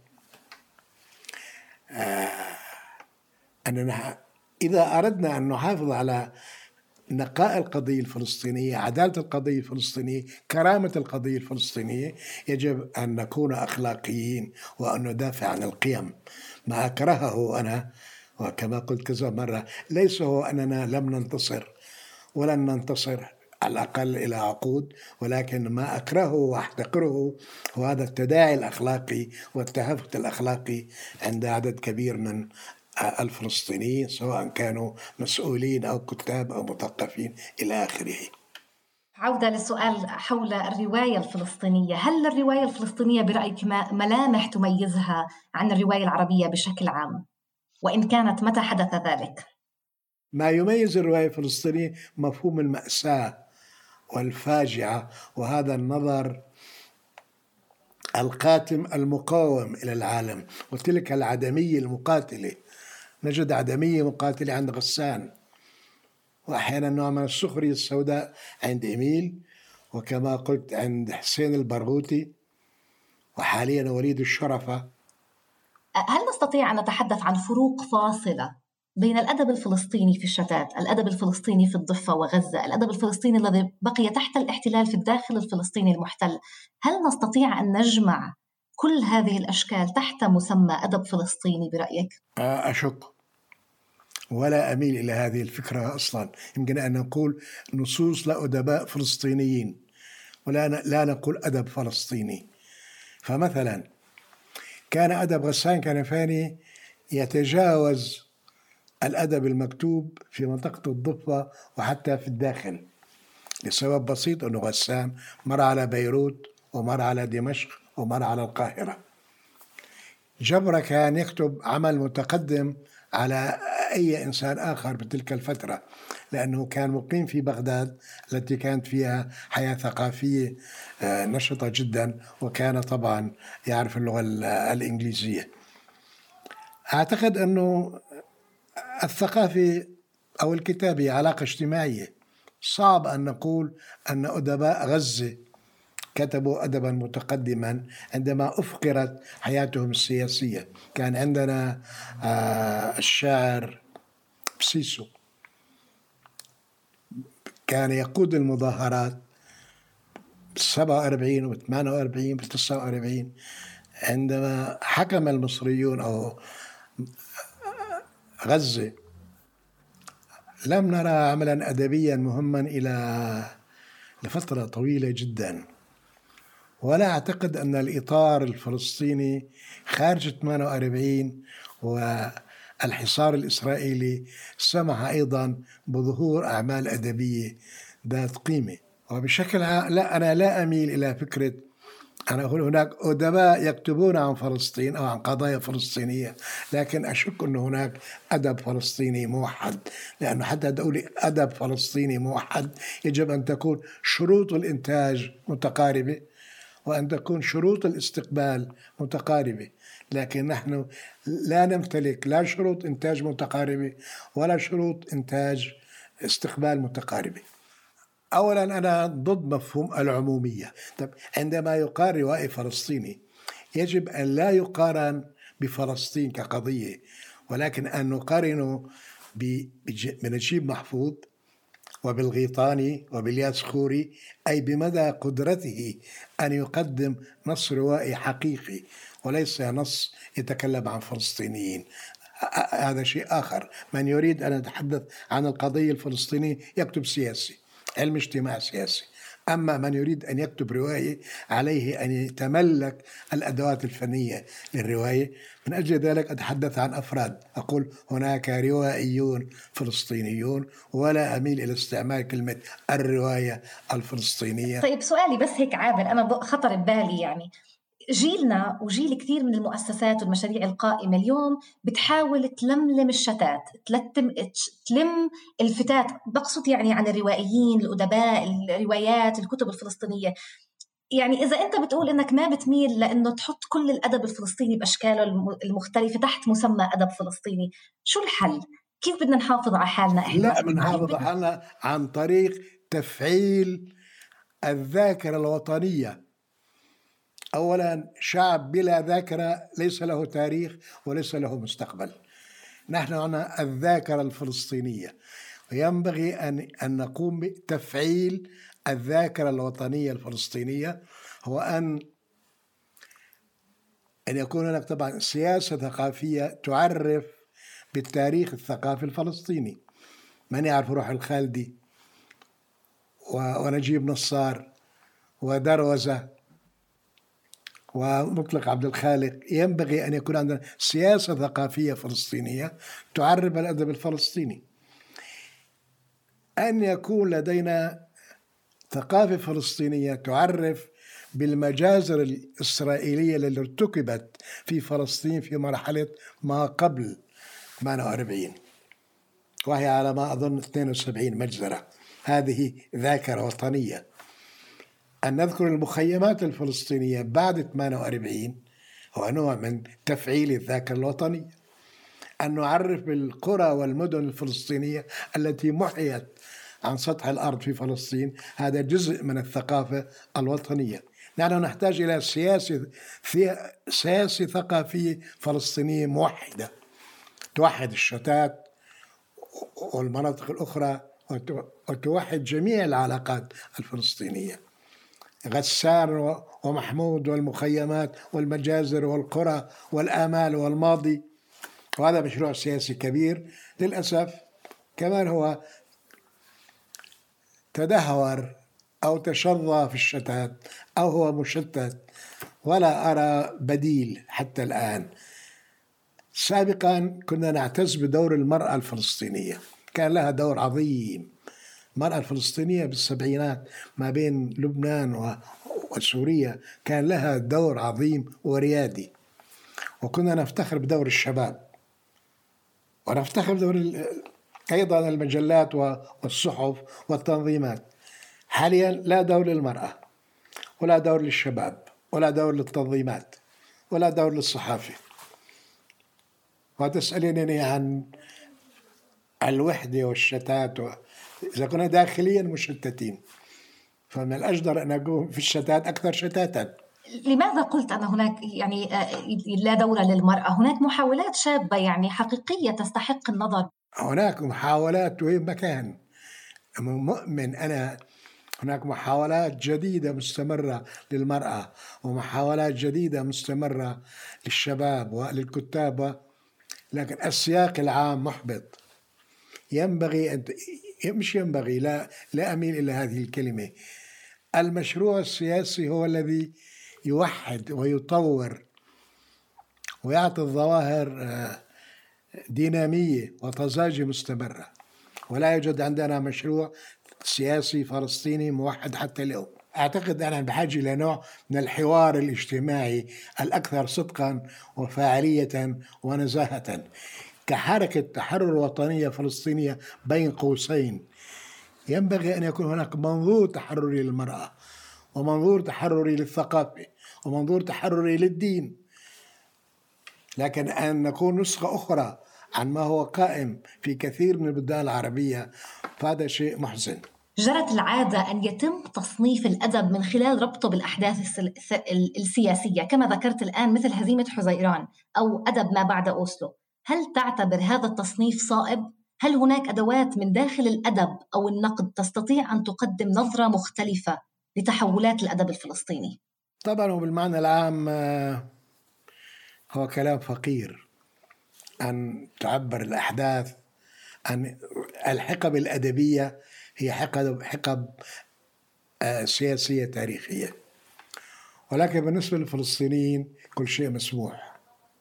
[SPEAKER 3] أننا إذا أردنا أن نحافظ على نقاء القضية الفلسطينية، عدالة القضية الفلسطينية، كرامة القضية الفلسطينية، يجب أن نكون أخلاقيين وأن ندافع عن القيم. ما أكرهه أنا وكما قلت كذا مرة ليس هو أننا لم ننتصر ولن ننتصر على الأقل إلى عقود، ولكن ما أكرهه وأحتقره هو هذا التداعي الأخلاقي والتهافت الأخلاقي عند عدد كبير من الفلسطينيين سواء كانوا مسؤولين أو كتاب أو مثقفين إلى آخره.
[SPEAKER 2] عودة للسؤال حول الرواية الفلسطينية، هل الرواية الفلسطينية برأيك ملامح تميزها عن الرواية العربية بشكل عام؟ وإن كانت متى حدث ذلك؟
[SPEAKER 3] ما يميز الرواية الفلسطينية مفهوم المأساة والفاجعة، وهذا النظر القاتم المقاوم إلى العالم، وتلك العدمية المقاتلة. نجد عدمية مقاتلة عند غسان، وأحيانا نوع من السخرية السوداء عند إميل، وكما قلت عند حسين البرغوثي، وحاليا وليد الشرفة.
[SPEAKER 2] هل نستطيع أن نتحدث عن فروق فاصلة بين الأدب الفلسطيني في الشتات، الأدب الفلسطيني في الضفة وغزة، الأدب الفلسطيني الذي بقي تحت الاحتلال في الداخل الفلسطيني المحتل؟ هل نستطيع أن نجمع كل هذه الأشكال تحت مسمى أدب فلسطيني برأيك؟
[SPEAKER 3] أشك ولا أميل إلى هذه الفكرة أصلا. يمكن أن نقول نصوص لأدباء فلسطينيين ولا نقول أدب فلسطيني. فمثلا كان أدب غسان كنفاني يتجاوز الأدب المكتوب في منطقة الضفة وحتى في الداخل، لسبب بسيط أنه غسان مر على بيروت ومر على دمشق ومر على القاهرة. جبرة كان يكتب عمل متقدم على أي إنسان آخر بتلك الفترة، لأنه كان مقيم في بغداد التي كانت فيها حياة ثقافية نشطة جدا، وكان طبعا يعرف اللغة الإنجليزية. أعتقد أنه الثقافة أو الكتابة علاقة اجتماعية. صعب أن نقول أن أدباء غزة كتبوا أدبا متقدما عندما أفقرت حياتهم السياسية. كان عندنا الشاعر بسيسو كان يقود المظاهرات 47 و 48 و 49 عندما حكم المصريون أو غزة. لم نرى عملا أدبيا مهما إلى لفترة طويلة جدا، ولا أعتقد أن الإطار الفلسطيني خارج 48 والحصار الإسرائيلي سمح أيضا بظهور أعمال أدبية ذات قيمة. وبشكل لا، أنا لا أميل إلى فكرة أنا أقول هناك أدباء يكتبون عن فلسطين أو عن قضايا فلسطينية، لكن أشك أن هناك أدب فلسطيني موحد، لأنه حتى تقول أدب فلسطيني موحد يجب أن تكون شروط الإنتاج متقاربة وأن تكون شروط الاستقبال متقاربة. لكن نحن لا نمتلك لا شروط إنتاج متقاربة ولا شروط إنتاج استقبال متقاربة. أولا أنا ضد مفهوم العمومية. طب عندما يقال روائي فلسطيني يجب أن لا يقارن بفلسطين كقضية، ولكن أن نقارنه بنجيب محفوظ وبالغيطاني وبالياس خوري، أي بمدى قدرته أن يقدم نص روائي حقيقي وليس نص يتكلم عن فلسطينيين. هذا شيء آخر. من يريد أن يتحدث عن القضية الفلسطينية يكتب سياسي، علم اجتماع سياسي. أما من يريد أن يكتب رواية عليه أن يتملك الأدوات الفنية للرواية. من أجل ذلك أتحدث عن أفراد، أقول هناك روائيون فلسطينيون، ولا أميل إلى استعمال كلمة الرواية الفلسطينية.
[SPEAKER 2] طيب سؤالي بس هيك عابر أنا خطر ببالي، يعني جيلنا وجيل كثير من المؤسسات والمشاريع القائمة اليوم بتحاول تلملم الشتات، تلم الفتات، بقصد يعني عن الروائيين، الأدباء، الروايات، الكتب الفلسطينية. يعني إذا أنت بتقول إنك ما بتميل لأنه تحط كل الأدب الفلسطيني بأشكاله المختلفة تحت مسمى أدب فلسطيني، شو الحل؟ كيف بدنا نحافظ على حالنا إحنا؟
[SPEAKER 3] لا، بنحافظ على حالنا عن طريق تفعيل الذاكرة الوطنية. أولا، شعب بلا ذاكرة ليس له تاريخ وليس له مستقبل. نحن عندنا الذاكرة الفلسطينية، وينبغي أن نقوم بتفعيل الذاكرة الوطنية الفلسطينية. هو أن يكون هناك طبعا سياسة ثقافية تعرف بالتاريخ الثقافي الفلسطيني. من يعرف روح الخالدي ونجيب نصار ودروزة ومطلق عبد الخالق؟ ينبغي أن يكون عندنا سياسة ثقافية فلسطينية تعرب الأدب الفلسطيني. أن يكون لدينا ثقافة فلسطينية تعرف بالمجازر الإسرائيلية التي ارتكبت في فلسطين في مرحلة ما قبل 48، وهي على ما أظن 72 مجزرة. هذه ذاكرة وطنية. أن نذكر المخيمات الفلسطينية بعد 48 هو نوع من تفعيل الذاكرة الوطنية. أن نعرف بالقرى والمدن الفلسطينية التي محيت عن سطح الأرض في فلسطين، هذا جزء من الثقافة الوطنية. نحن نحتاج إلى سياسة ثقافية فلسطينية موحدة توحد الشتات والمناطق الأخرى وتوحد جميع العلاقات الفلسطينية. غسان ومحمود والمخيمات والمجازر والقرى والآمال والماضي، وهذا مشروع سياسي كبير. للأسف كمان هو تدهور أو تشظى في الشتات أو هو مشتت، ولا أرى بديل حتى الآن. سابقا كنا نعتز بدور المرأة الفلسطينية، كان لها دور عظيم. المرأة الفلسطينية بالسبعينات ما بين لبنان وسوريا كان لها دور عظيم وريادي، وكنا نفتخر بدور الشباب ونفتخر بدور أيضا المجلات والصحف والتنظيمات. حاليا لا دور للمرأة ولا دور للشباب ولا دور للتنظيمات ولا دور للصحافة. وتسألينني عن الوحدة والشتات إذا كنا داخليا مشتتين، فمن الأجدر أن أكون في الشتات أكثر شتاتا.
[SPEAKER 2] لماذا قلت أن هناك يعني لا دور للمرأة؟ هناك محاولات شابة يعني حقيقية تستحق النظر.
[SPEAKER 3] هناك محاولات وين مكان مؤمن أنا، هناك محاولات جديدة مستمرة للمرأة ومحاولات جديدة مستمرة للشباب وللكتاب، لكن السياق العام محبط. ينبغي أن مش ينبغي، لا أميل إلى هذه الكلمة. المشروع السياسي هو الذي يوحد ويطور ويعطي الظواهر دينامية وطزاجة مستمرة، ولا يوجد عندنا مشروع سياسي فلسطيني موحد حتى اليوم. أعتقد أننا بحاجة إلى نوع من الحوار الاجتماعي الأكثر صدقا وفاعلية ونزاهة، كحركة تحرر وطنية فلسطينية بين قوسين. ينبغي أن يكون هناك منظور تحرري للمرأة، ومنظور تحرري للثقافة، ومنظور تحرري للدين، لكن أن نكون نسخة أخرى عن ما هو قائم في كثير من البلدان العربية فهذا شيء محزن.
[SPEAKER 2] جرت العادة أن يتم تصنيف الأدب من خلال ربطه بالأحداث السياسية كما ذكرت الآن، مثل هزيمة حزيران أو أدب ما بعد أوسلو. هل تعتبر هذا التصنيف صائب؟ هل هناك أدوات من داخل الأدب أو النقد تستطيع أن تقدم نظرة مختلفة لتحولات الأدب الفلسطيني؟
[SPEAKER 3] طبعا وبالمعنى العام هو كلام فقير أن تعبر الأحداث عن الحقب الأدبية، هي حقب سياسية تاريخية، ولكن بالنسبة للفلسطينيين كل شيء مسموح.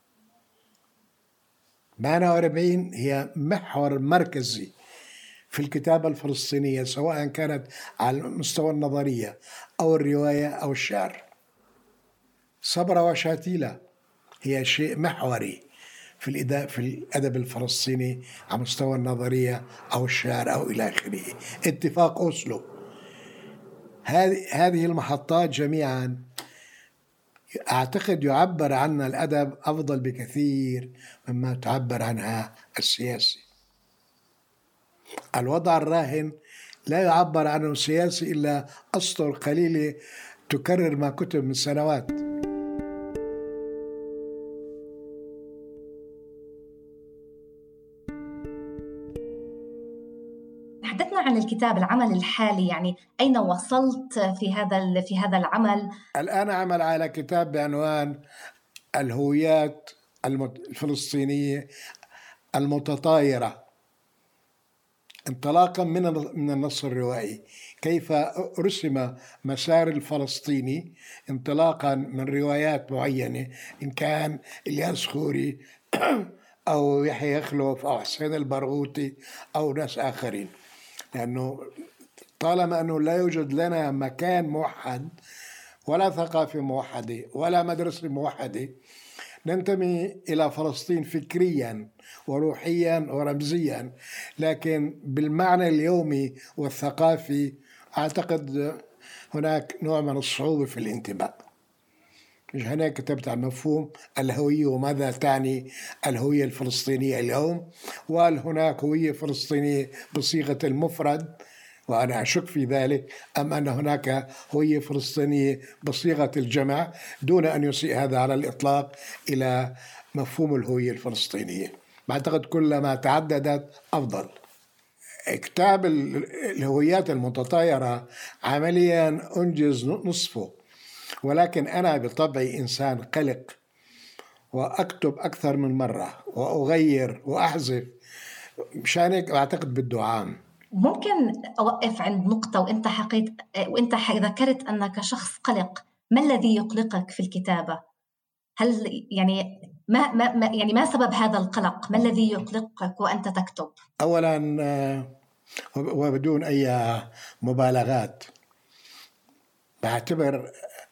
[SPEAKER 3] 48 هي محور مركزي في الكتابة الفلسطينية، سواء كانت على مستوى النظرية أو الرواية أو الشعر. صبرا وشاتيلا هي شيء محوري في الأدب الفلسطيني على مستوى النظرية أو الشعر أو إلى آخره. اتفاق أوسلو، هذه المحطات جميعا أعتقد يعبر عنها الأدب أفضل بكثير مما تعبر عنها السياسي. الوضع الراهن لا يعبر عنه سياسي إلا أسطر قليلة تكرر ما كتب من سنوات.
[SPEAKER 2] تحدثنا عن الكتاب، العمل الحالي، يعني أين وصلت في هذا العمل؟
[SPEAKER 3] الآن أعمل على كتاب بعنوان الهويات الفلسطينية المتطايرة، انطلاقا من النص الروائي، كيف رسم مسار الفلسطيني انطلاقا من روايات معينة، إن كان إلياس خوري أو يحيى يخلف أو حسين البرغوثي أو ناس آخرين. لأنه طالما أنه لا يوجد لنا مكان موحد ولا ثقافة موحدة ولا مدرسة موحدة، ننتمي إلى فلسطين فكريا وروحيا ورمزيا، لكن بالمعنى اليومي والثقافي أعتقد هناك نوع من الصعوبة في الانتباه. مش هناك كتبت عن مفهوم الهوية وماذا تعني الهوية الفلسطينية اليوم، وهل هناك هوية فلسطينية بصيغة المفرد وأنا أشك في ذلك، أم أن هناك هوية فلسطينية بصيغة الجمع، دون أن يسيء هذا على الإطلاق إلى مفهوم الهوية الفلسطينية. أعتقد كلما تعددت أفضل. كتاب الهويات المتطايرة عمليا أنجز نصفه، ولكن أنا بطبعي إنسان قلق وأكتب أكثر من مرة وأغير وأحذف، مشان هيك أعتقد بده عام.
[SPEAKER 2] ممكن أوقف عند نقطة، وأنت ذكرت أنك شخص قلق. ما الذي يقلقك في الكتابة؟ هل يعني ما سبب هذا القلق؟ ما الذي يقلقك وأنت تكتب؟
[SPEAKER 3] أولا وبدون أي مبالغات، بعتبر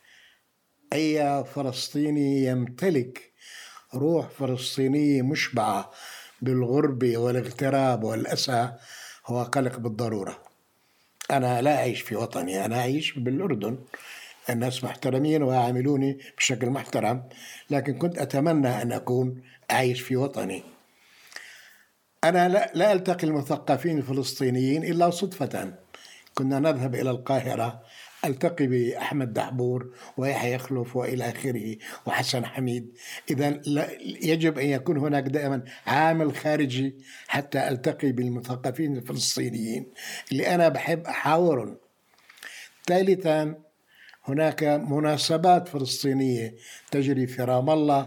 [SPEAKER 3] أي فلسطيني يمتلك روح فلسطينية مشبعة بالغربة والاغتراب والأسى هو قلق بالضرورة. أنا لا أعيش في وطني، أنا أعيش بالأردن، الناس محترمين ويعاملوني بشكل محترم، لكن كنت أتمنى أن أكون أعيش في وطني. أنا لا ألتقي المثقفين الفلسطينيين إلا صدفة. كنا نذهب إلى القاهرة، ألتقي بأحمد دحبور ويحيى يخلف وإلى آخره وحسن حميد. إذا يجب أن يكون هناك دائما عامل خارجي حتى ألتقي بالمثقفين الفلسطينيين اللي أنا بحب أحاورهم. ثالثا، هناك مناسبات فلسطينية تجري في رام الله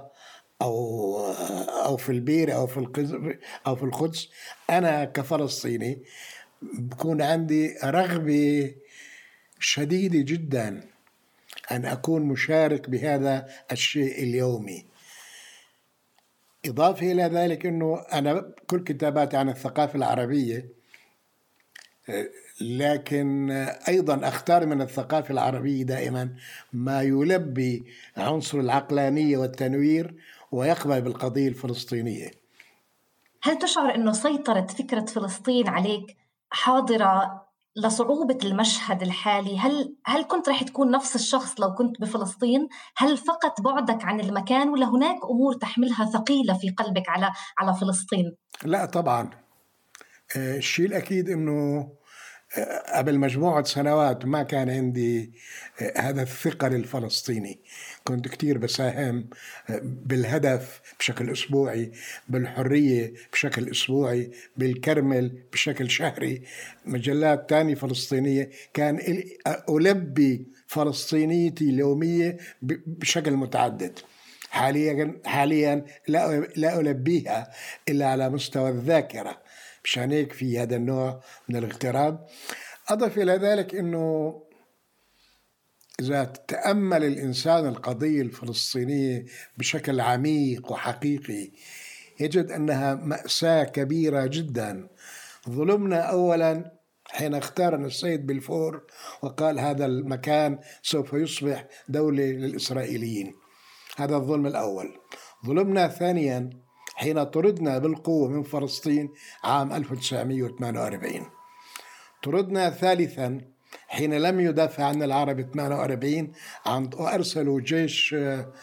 [SPEAKER 3] أو في البير أو في القدس. أنا كفلسطيني بكون عندي رغبة شديدة جدا أن أكون مشارك بهذا الشيء اليومي. إضافة إلى ذلك أنه أنا كل كتاباتي عن الثقافة العربية، لكن أيضا أختار من الثقافة العربية دائما ما يلبي عنصر العقلانية والتنوير ويقبل بالقضية الفلسطينية.
[SPEAKER 2] هل تشعر أنه سيطرة فكرة فلسطين عليك حاضرة لصعوبة المشهد الحالي؟ هل كنت رح تكون نفس الشخص لو كنت بفلسطين؟ هل فقط بعدك عن المكان ولا هناك أمور تحملها ثقيلة في قلبك على فلسطين؟
[SPEAKER 3] لا طبعا. الشيء الأكيد أنه قبل مجموعة سنوات ما كان عندي هذا الثقل الفلسطيني. كنت كتير بساهم بالهدف بشكل أسبوعي، بالحرية بشكل أسبوعي، بالكرمل بشكل شهري، مجلات تانية فلسطينية. كان ألبي فلسطينيتي اليومية بشكل متعدد. حاليا لا ألبيها إلا على مستوى الذاكرة. مشان هيك في هذا النوع من الاغتراب. أضف إلى ذلك أنه إذا تأمل الإنسان القضية الفلسطينية بشكل عميق وحقيقي يجد أنها مأساة كبيرة جدا. ظلمنا أولا حين اختارنا السيد بلفور وقال هذا المكان سوف يصبح دولة للإسرائيليين. هذا الظلم الأول. ظلمنا ثانيا حين طردنا بالقوة من فلسطين عام 1948. طردنا ثالثا حين لم يدافع عن العرب 48 وأرسلوا جيش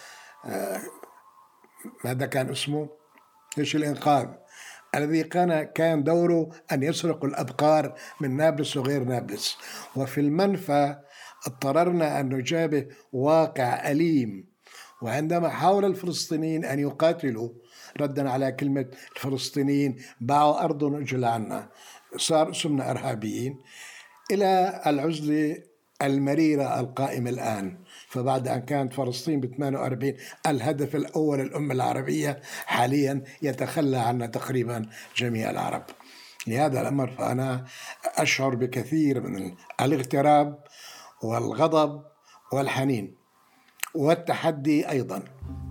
[SPEAKER 3] ماذا كان اسمه؟ جيش الإنقاذ، الذي كان دوره أن يسرق الأبقار من نابلس وغير نابلس. وفي المنفى اضطررنا أن نجابه واقع أليم. وعندما حاول الفلسطينيين أن يقاتلوا ردا على كلمة الفلسطينيين باعوا أرض أجل عنا، صار اسمنا إرهابيين، إلى العزلة المريرة القائمة الآن. فبعد أن كانت فلسطين ب 48 الهدف الأول الأمة العربية، حاليا يتخلى عنا تقريبا جميع العرب. لهذا الأمر فأنا أشعر بكثير من الاغتراب والغضب والحنين والتحدي أيضا.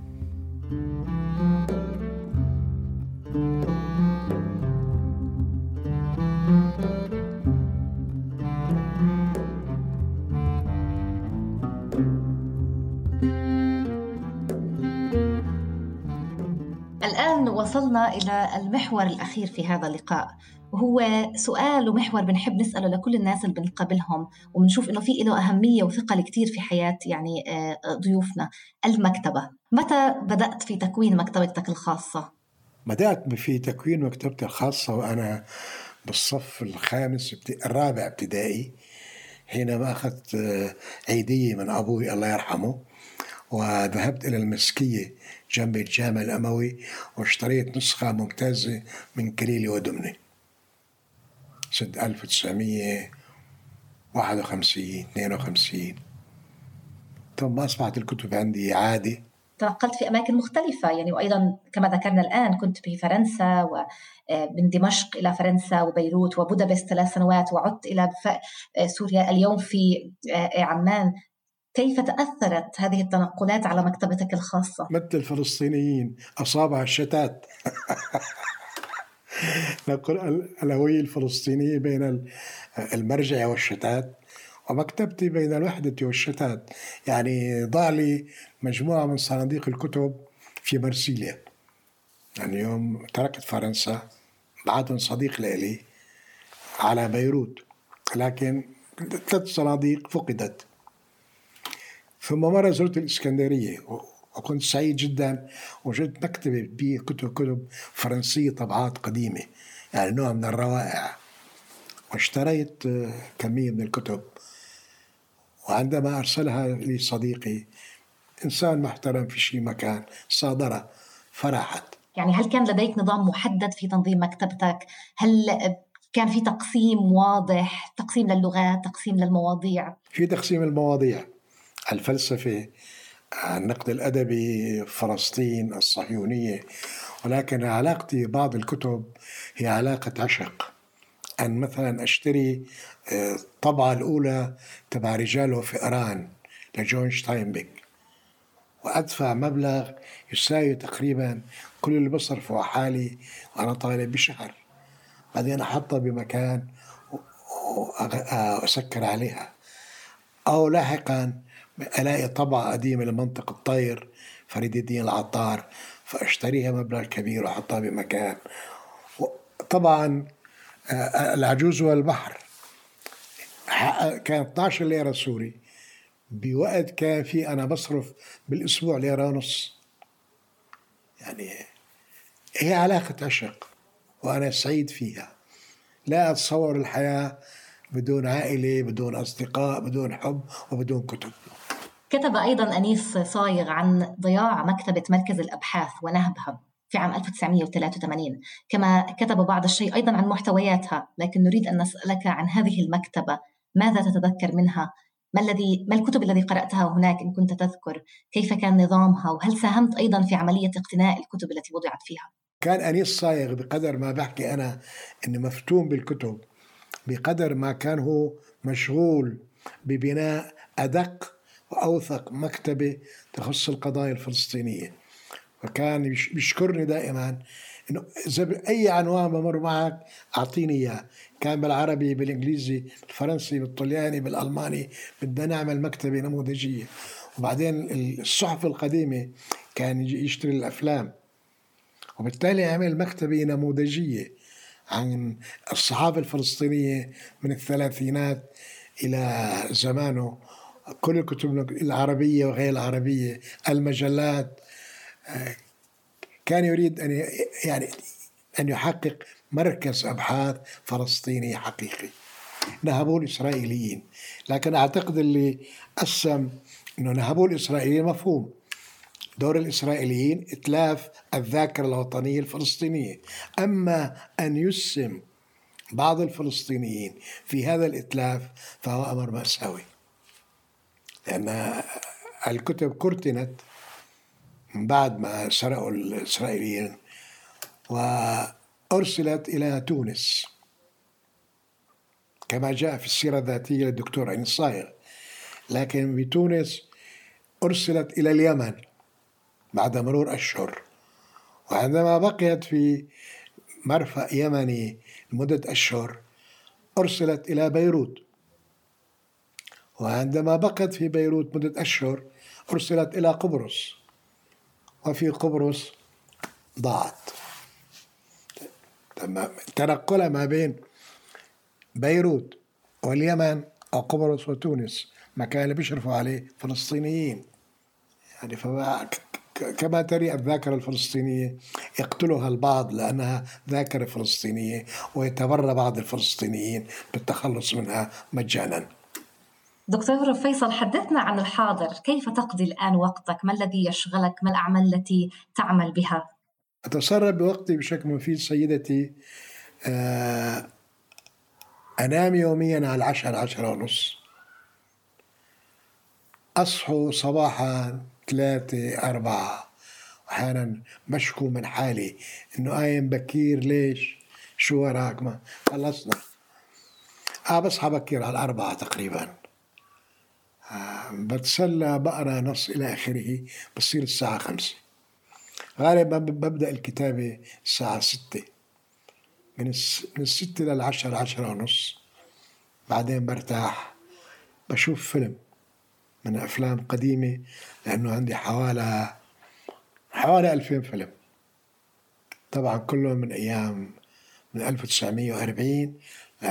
[SPEAKER 2] الآن وصلنا إلى المحور الأخير في هذا اللقاء، وهو سؤال ومحور بنحب نسأله لكل الناس اللي بنقابلهم وبنشوف إنه في له أهمية وثقل كتير في حياة يعني ضيوفنا. المكتبة، متى بدأت في تكوين مكتبتك الخاصة؟
[SPEAKER 3] بدأت في تكوين مكتبتي الخاصة وأنا بالصف الرابع ابتدائي، حينما أخذت عيدية من أبوي الله يرحمه وذهبت إلى المسكية جنب الجامع الأموي واشتريت نسخة ممتازة من كليلي ودمنة سنة 1951 52. ثم أصبحت الكتب عندي عادي.
[SPEAKER 2] تنقلت في أماكن مختلفة يعني، وأيضا كما ذكرنا الآن كنت في فرنسا ومن دمشق إلى فرنسا وبيروت وبودابست 3 سنوات، وعدت إلى سوريا اليوم في عمان. كيف تأثرت هذه التنقلات على مكتبتك الخاصة؟
[SPEAKER 3] مثل الفلسطينيين أصابها الشتات. نقول الهوية الفلسطينية بين المرجع والشتات، ومكتبتي بين الوحدة والشتات. يعني ضاع لي مجموعة من صناديق الكتب في مرسيليا. يعني يوم تركت فرنسا بعدهم صديق لي على بيروت، لكن 3 صناديق فقدت. ثم مرة زرت الإسكندرية وكنت سعيد جدا. وجدت مكتبة بيه كتب فرنسية طبعات قديمة، يعني نوع من الروائع، واشتريت كمية من الكتب. وعندما أرسلها لي صديقي، إنسان محترم في شي مكان، صادرة، فرحت.
[SPEAKER 2] يعني هل كان لديك نظام محدد في تنظيم مكتبتك؟ هل كان في تقسيم واضح، تقسيم للغات، تقسيم للمواضيع؟
[SPEAKER 3] في تقسيم المواضيع: الفلسفة، النقد الأدبي، فلسطين، الصهيونية. ولكن علاقتي بعض الكتب هي علاقة عشق. أن مثلا أشتري الطبعة الأولى تبع رجال وفئران لجون شتاينبيك، وأدفع مبلغ يساوي تقريبا كل اللي بصرفه حالي وأنا طالب بشهر. بعدين أحطها بمكان وأسكر عليها. أو لاحقا ألاقي طبعة قديمة لمنطق الطير فريد الدين العطار، فأشتريها مبلغ كبير وأحطها بمكان. طبعا العجوز والبحر كان 12 ليرة سوري، بوقت كان في أنا بصرف بالأسبوع ليرة ونص. يعني هي علاقة عشق وأنا سعيد فيها. لا أتصور الحياة بدون عائلة، بدون أصدقاء، بدون حب وبدون كتب.
[SPEAKER 2] كتب أيضا أنيس صايغ عن ضياع مكتبة مركز الأبحاث ونهبها في عام 1983، كما كتب بعض الشيء أيضا عن محتوياتها. لكن نريد أن نسألك عن هذه المكتبة، ماذا تتذكر منها؟ ما الكتب الذي قرأتها هناك إن كنت تذكر؟ كيف كان نظامها؟ وهل ساهمت أيضا في عملية اقتناء الكتب التي وضعت فيها؟
[SPEAKER 3] كان أنيس صايغ بقدر ما بحكي أنا إني مفتون بالكتب، بقدر ما كان هو مشغول ببناء أدق وأوثق مكتبة تخص القضايا الفلسطينية. وكان بيشكرني دائما إنه إذا أي عنوان بمر معك أعطيني إياه، كان بالعربي، بالإنجليزي، بالفرنسي، بالطلياني، بالألماني. بدنا نعمل مكتبة نموذجية. وبعدين الصحف القديمة كان يشتري الأفلام، وبالتالي عمل مكتبة نموذجية عن الصحافة الفلسطينية من الثلاثينات إلى زمانه. كل الكتب العربية وغير العربية، المجلات. كان يريد أن يحقق مركز أبحاث فلسطيني حقيقي. نهبوه الإسرائيليين، لكن أعتقد اللي قسم أنه نهبوه الإسرائيليين مفهوم. دور الإسرائيليين إتلاف الذاكرة الوطنية الفلسطينية، أما أن يسم بعض الفلسطينيين في هذا الإتلاف فهو أمر مأساوي، لأن الكتب كرتنت من بعد ما سرقوا الإسرائيليين وأرسلت إلى تونس كما جاء في السيرة الذاتية للدكتور أنيس صايغ. لكن بتونس أرسلت إلى اليمن بعد مرور أشهر، وعندما بقيت في مرفأ يمني لمدة أشهر أرسلت إلى بيروت، وعندما بقيت في بيروت مدة أشهر أرسلت إلى قبرص، وفي قبرص ضاعت. تنقلها ما بين بيروت واليمن أو قبرص وتونس، مكان اللي بيشرفوا عليه فلسطينيين. يعني كما تري الذاكرة الفلسطينية يقتلها البعض لأنها ذاكرة فلسطينية، ويتبرى بعض الفلسطينيين بالتخلص منها مجانا.
[SPEAKER 2] دكتور فيصل، حدثنا عن الحاضر. كيف تقضي الآن وقتك؟ ما الذي يشغلك؟ ما الأعمال التي تعمل بها؟
[SPEAKER 3] أتصرف بوقتي بشكل مفيد سيدتي. أنام يوميا على 10:30. أصحو صباحا 3-4. أحيانا بشكو من حالي إنه قايم بكير، ليش؟ شو وراك؟ ما خلصنا. بصحى بكير على 4 تقريبا. بتسلى، بقرأ نص إلى آخره، بصير الساعة 5. غالبا ببدأ الكتابة الساعة 6، من 6 لل10، 10:30. بعدين برتاح، بشوف فيلم من أفلام قديمة، لأنه عندي حوالي 2000 فيلم، طبعا كلهم من أيام من 1940 ل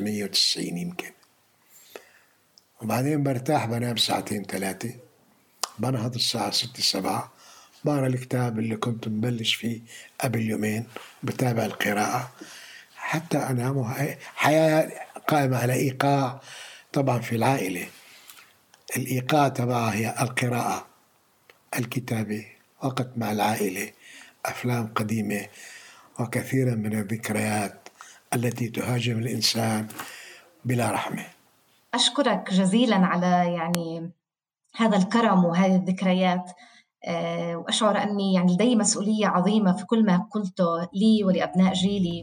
[SPEAKER 3] 1990 يمكن. وبعدين برتاح، بنام 2-3 ساعات. بنهض الساعة 6-7، بقرأ الكتاب اللي كنت مبلش فيه قبل يومين، بتابع القراءة حتى أنام. حياة قائمة على إيقاع. طبعا في العائلة الإيقاع تبعها هي القراءة، الكتابة، وقت مع العائلة، أفلام قديمة، وكثيرا من الذكريات التي تهاجم الإنسان بلا رحمة.
[SPEAKER 2] أشكرك جزيلا على هذا الكرم وهذه الذكريات، وأشعر أني لدي مسؤولية عظيمة في كل ما قلته لي ولأبناء جيلي.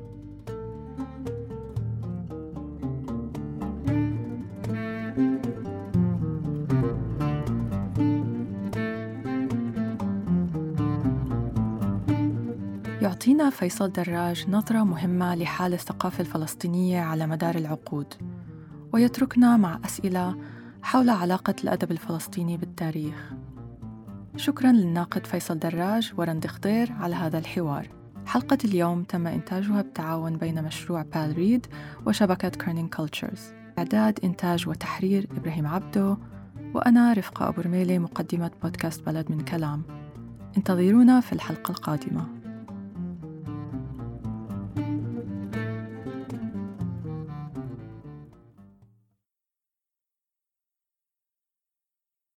[SPEAKER 1] يعطينا فيصل دراج نظرة مهمة لحال الثقافة الفلسطينية على مدار العقود، ويتركنا مع أسئلة حول علاقة الأدب الفلسطيني بالتاريخ. شكراً للناقد فيصل دراج ورند خضير على هذا الحوار. حلقة اليوم تم إنتاجها بالتعاون بين مشروع بال ريد وشبكة كيرنينج كولتشرز. إعداد، إنتاج وتحرير إبراهيم عبدو، وأنا رفقة أبو رميلة، مقدمة بودكاست بلد من كلام. انتظرونا في الحلقة القادمة.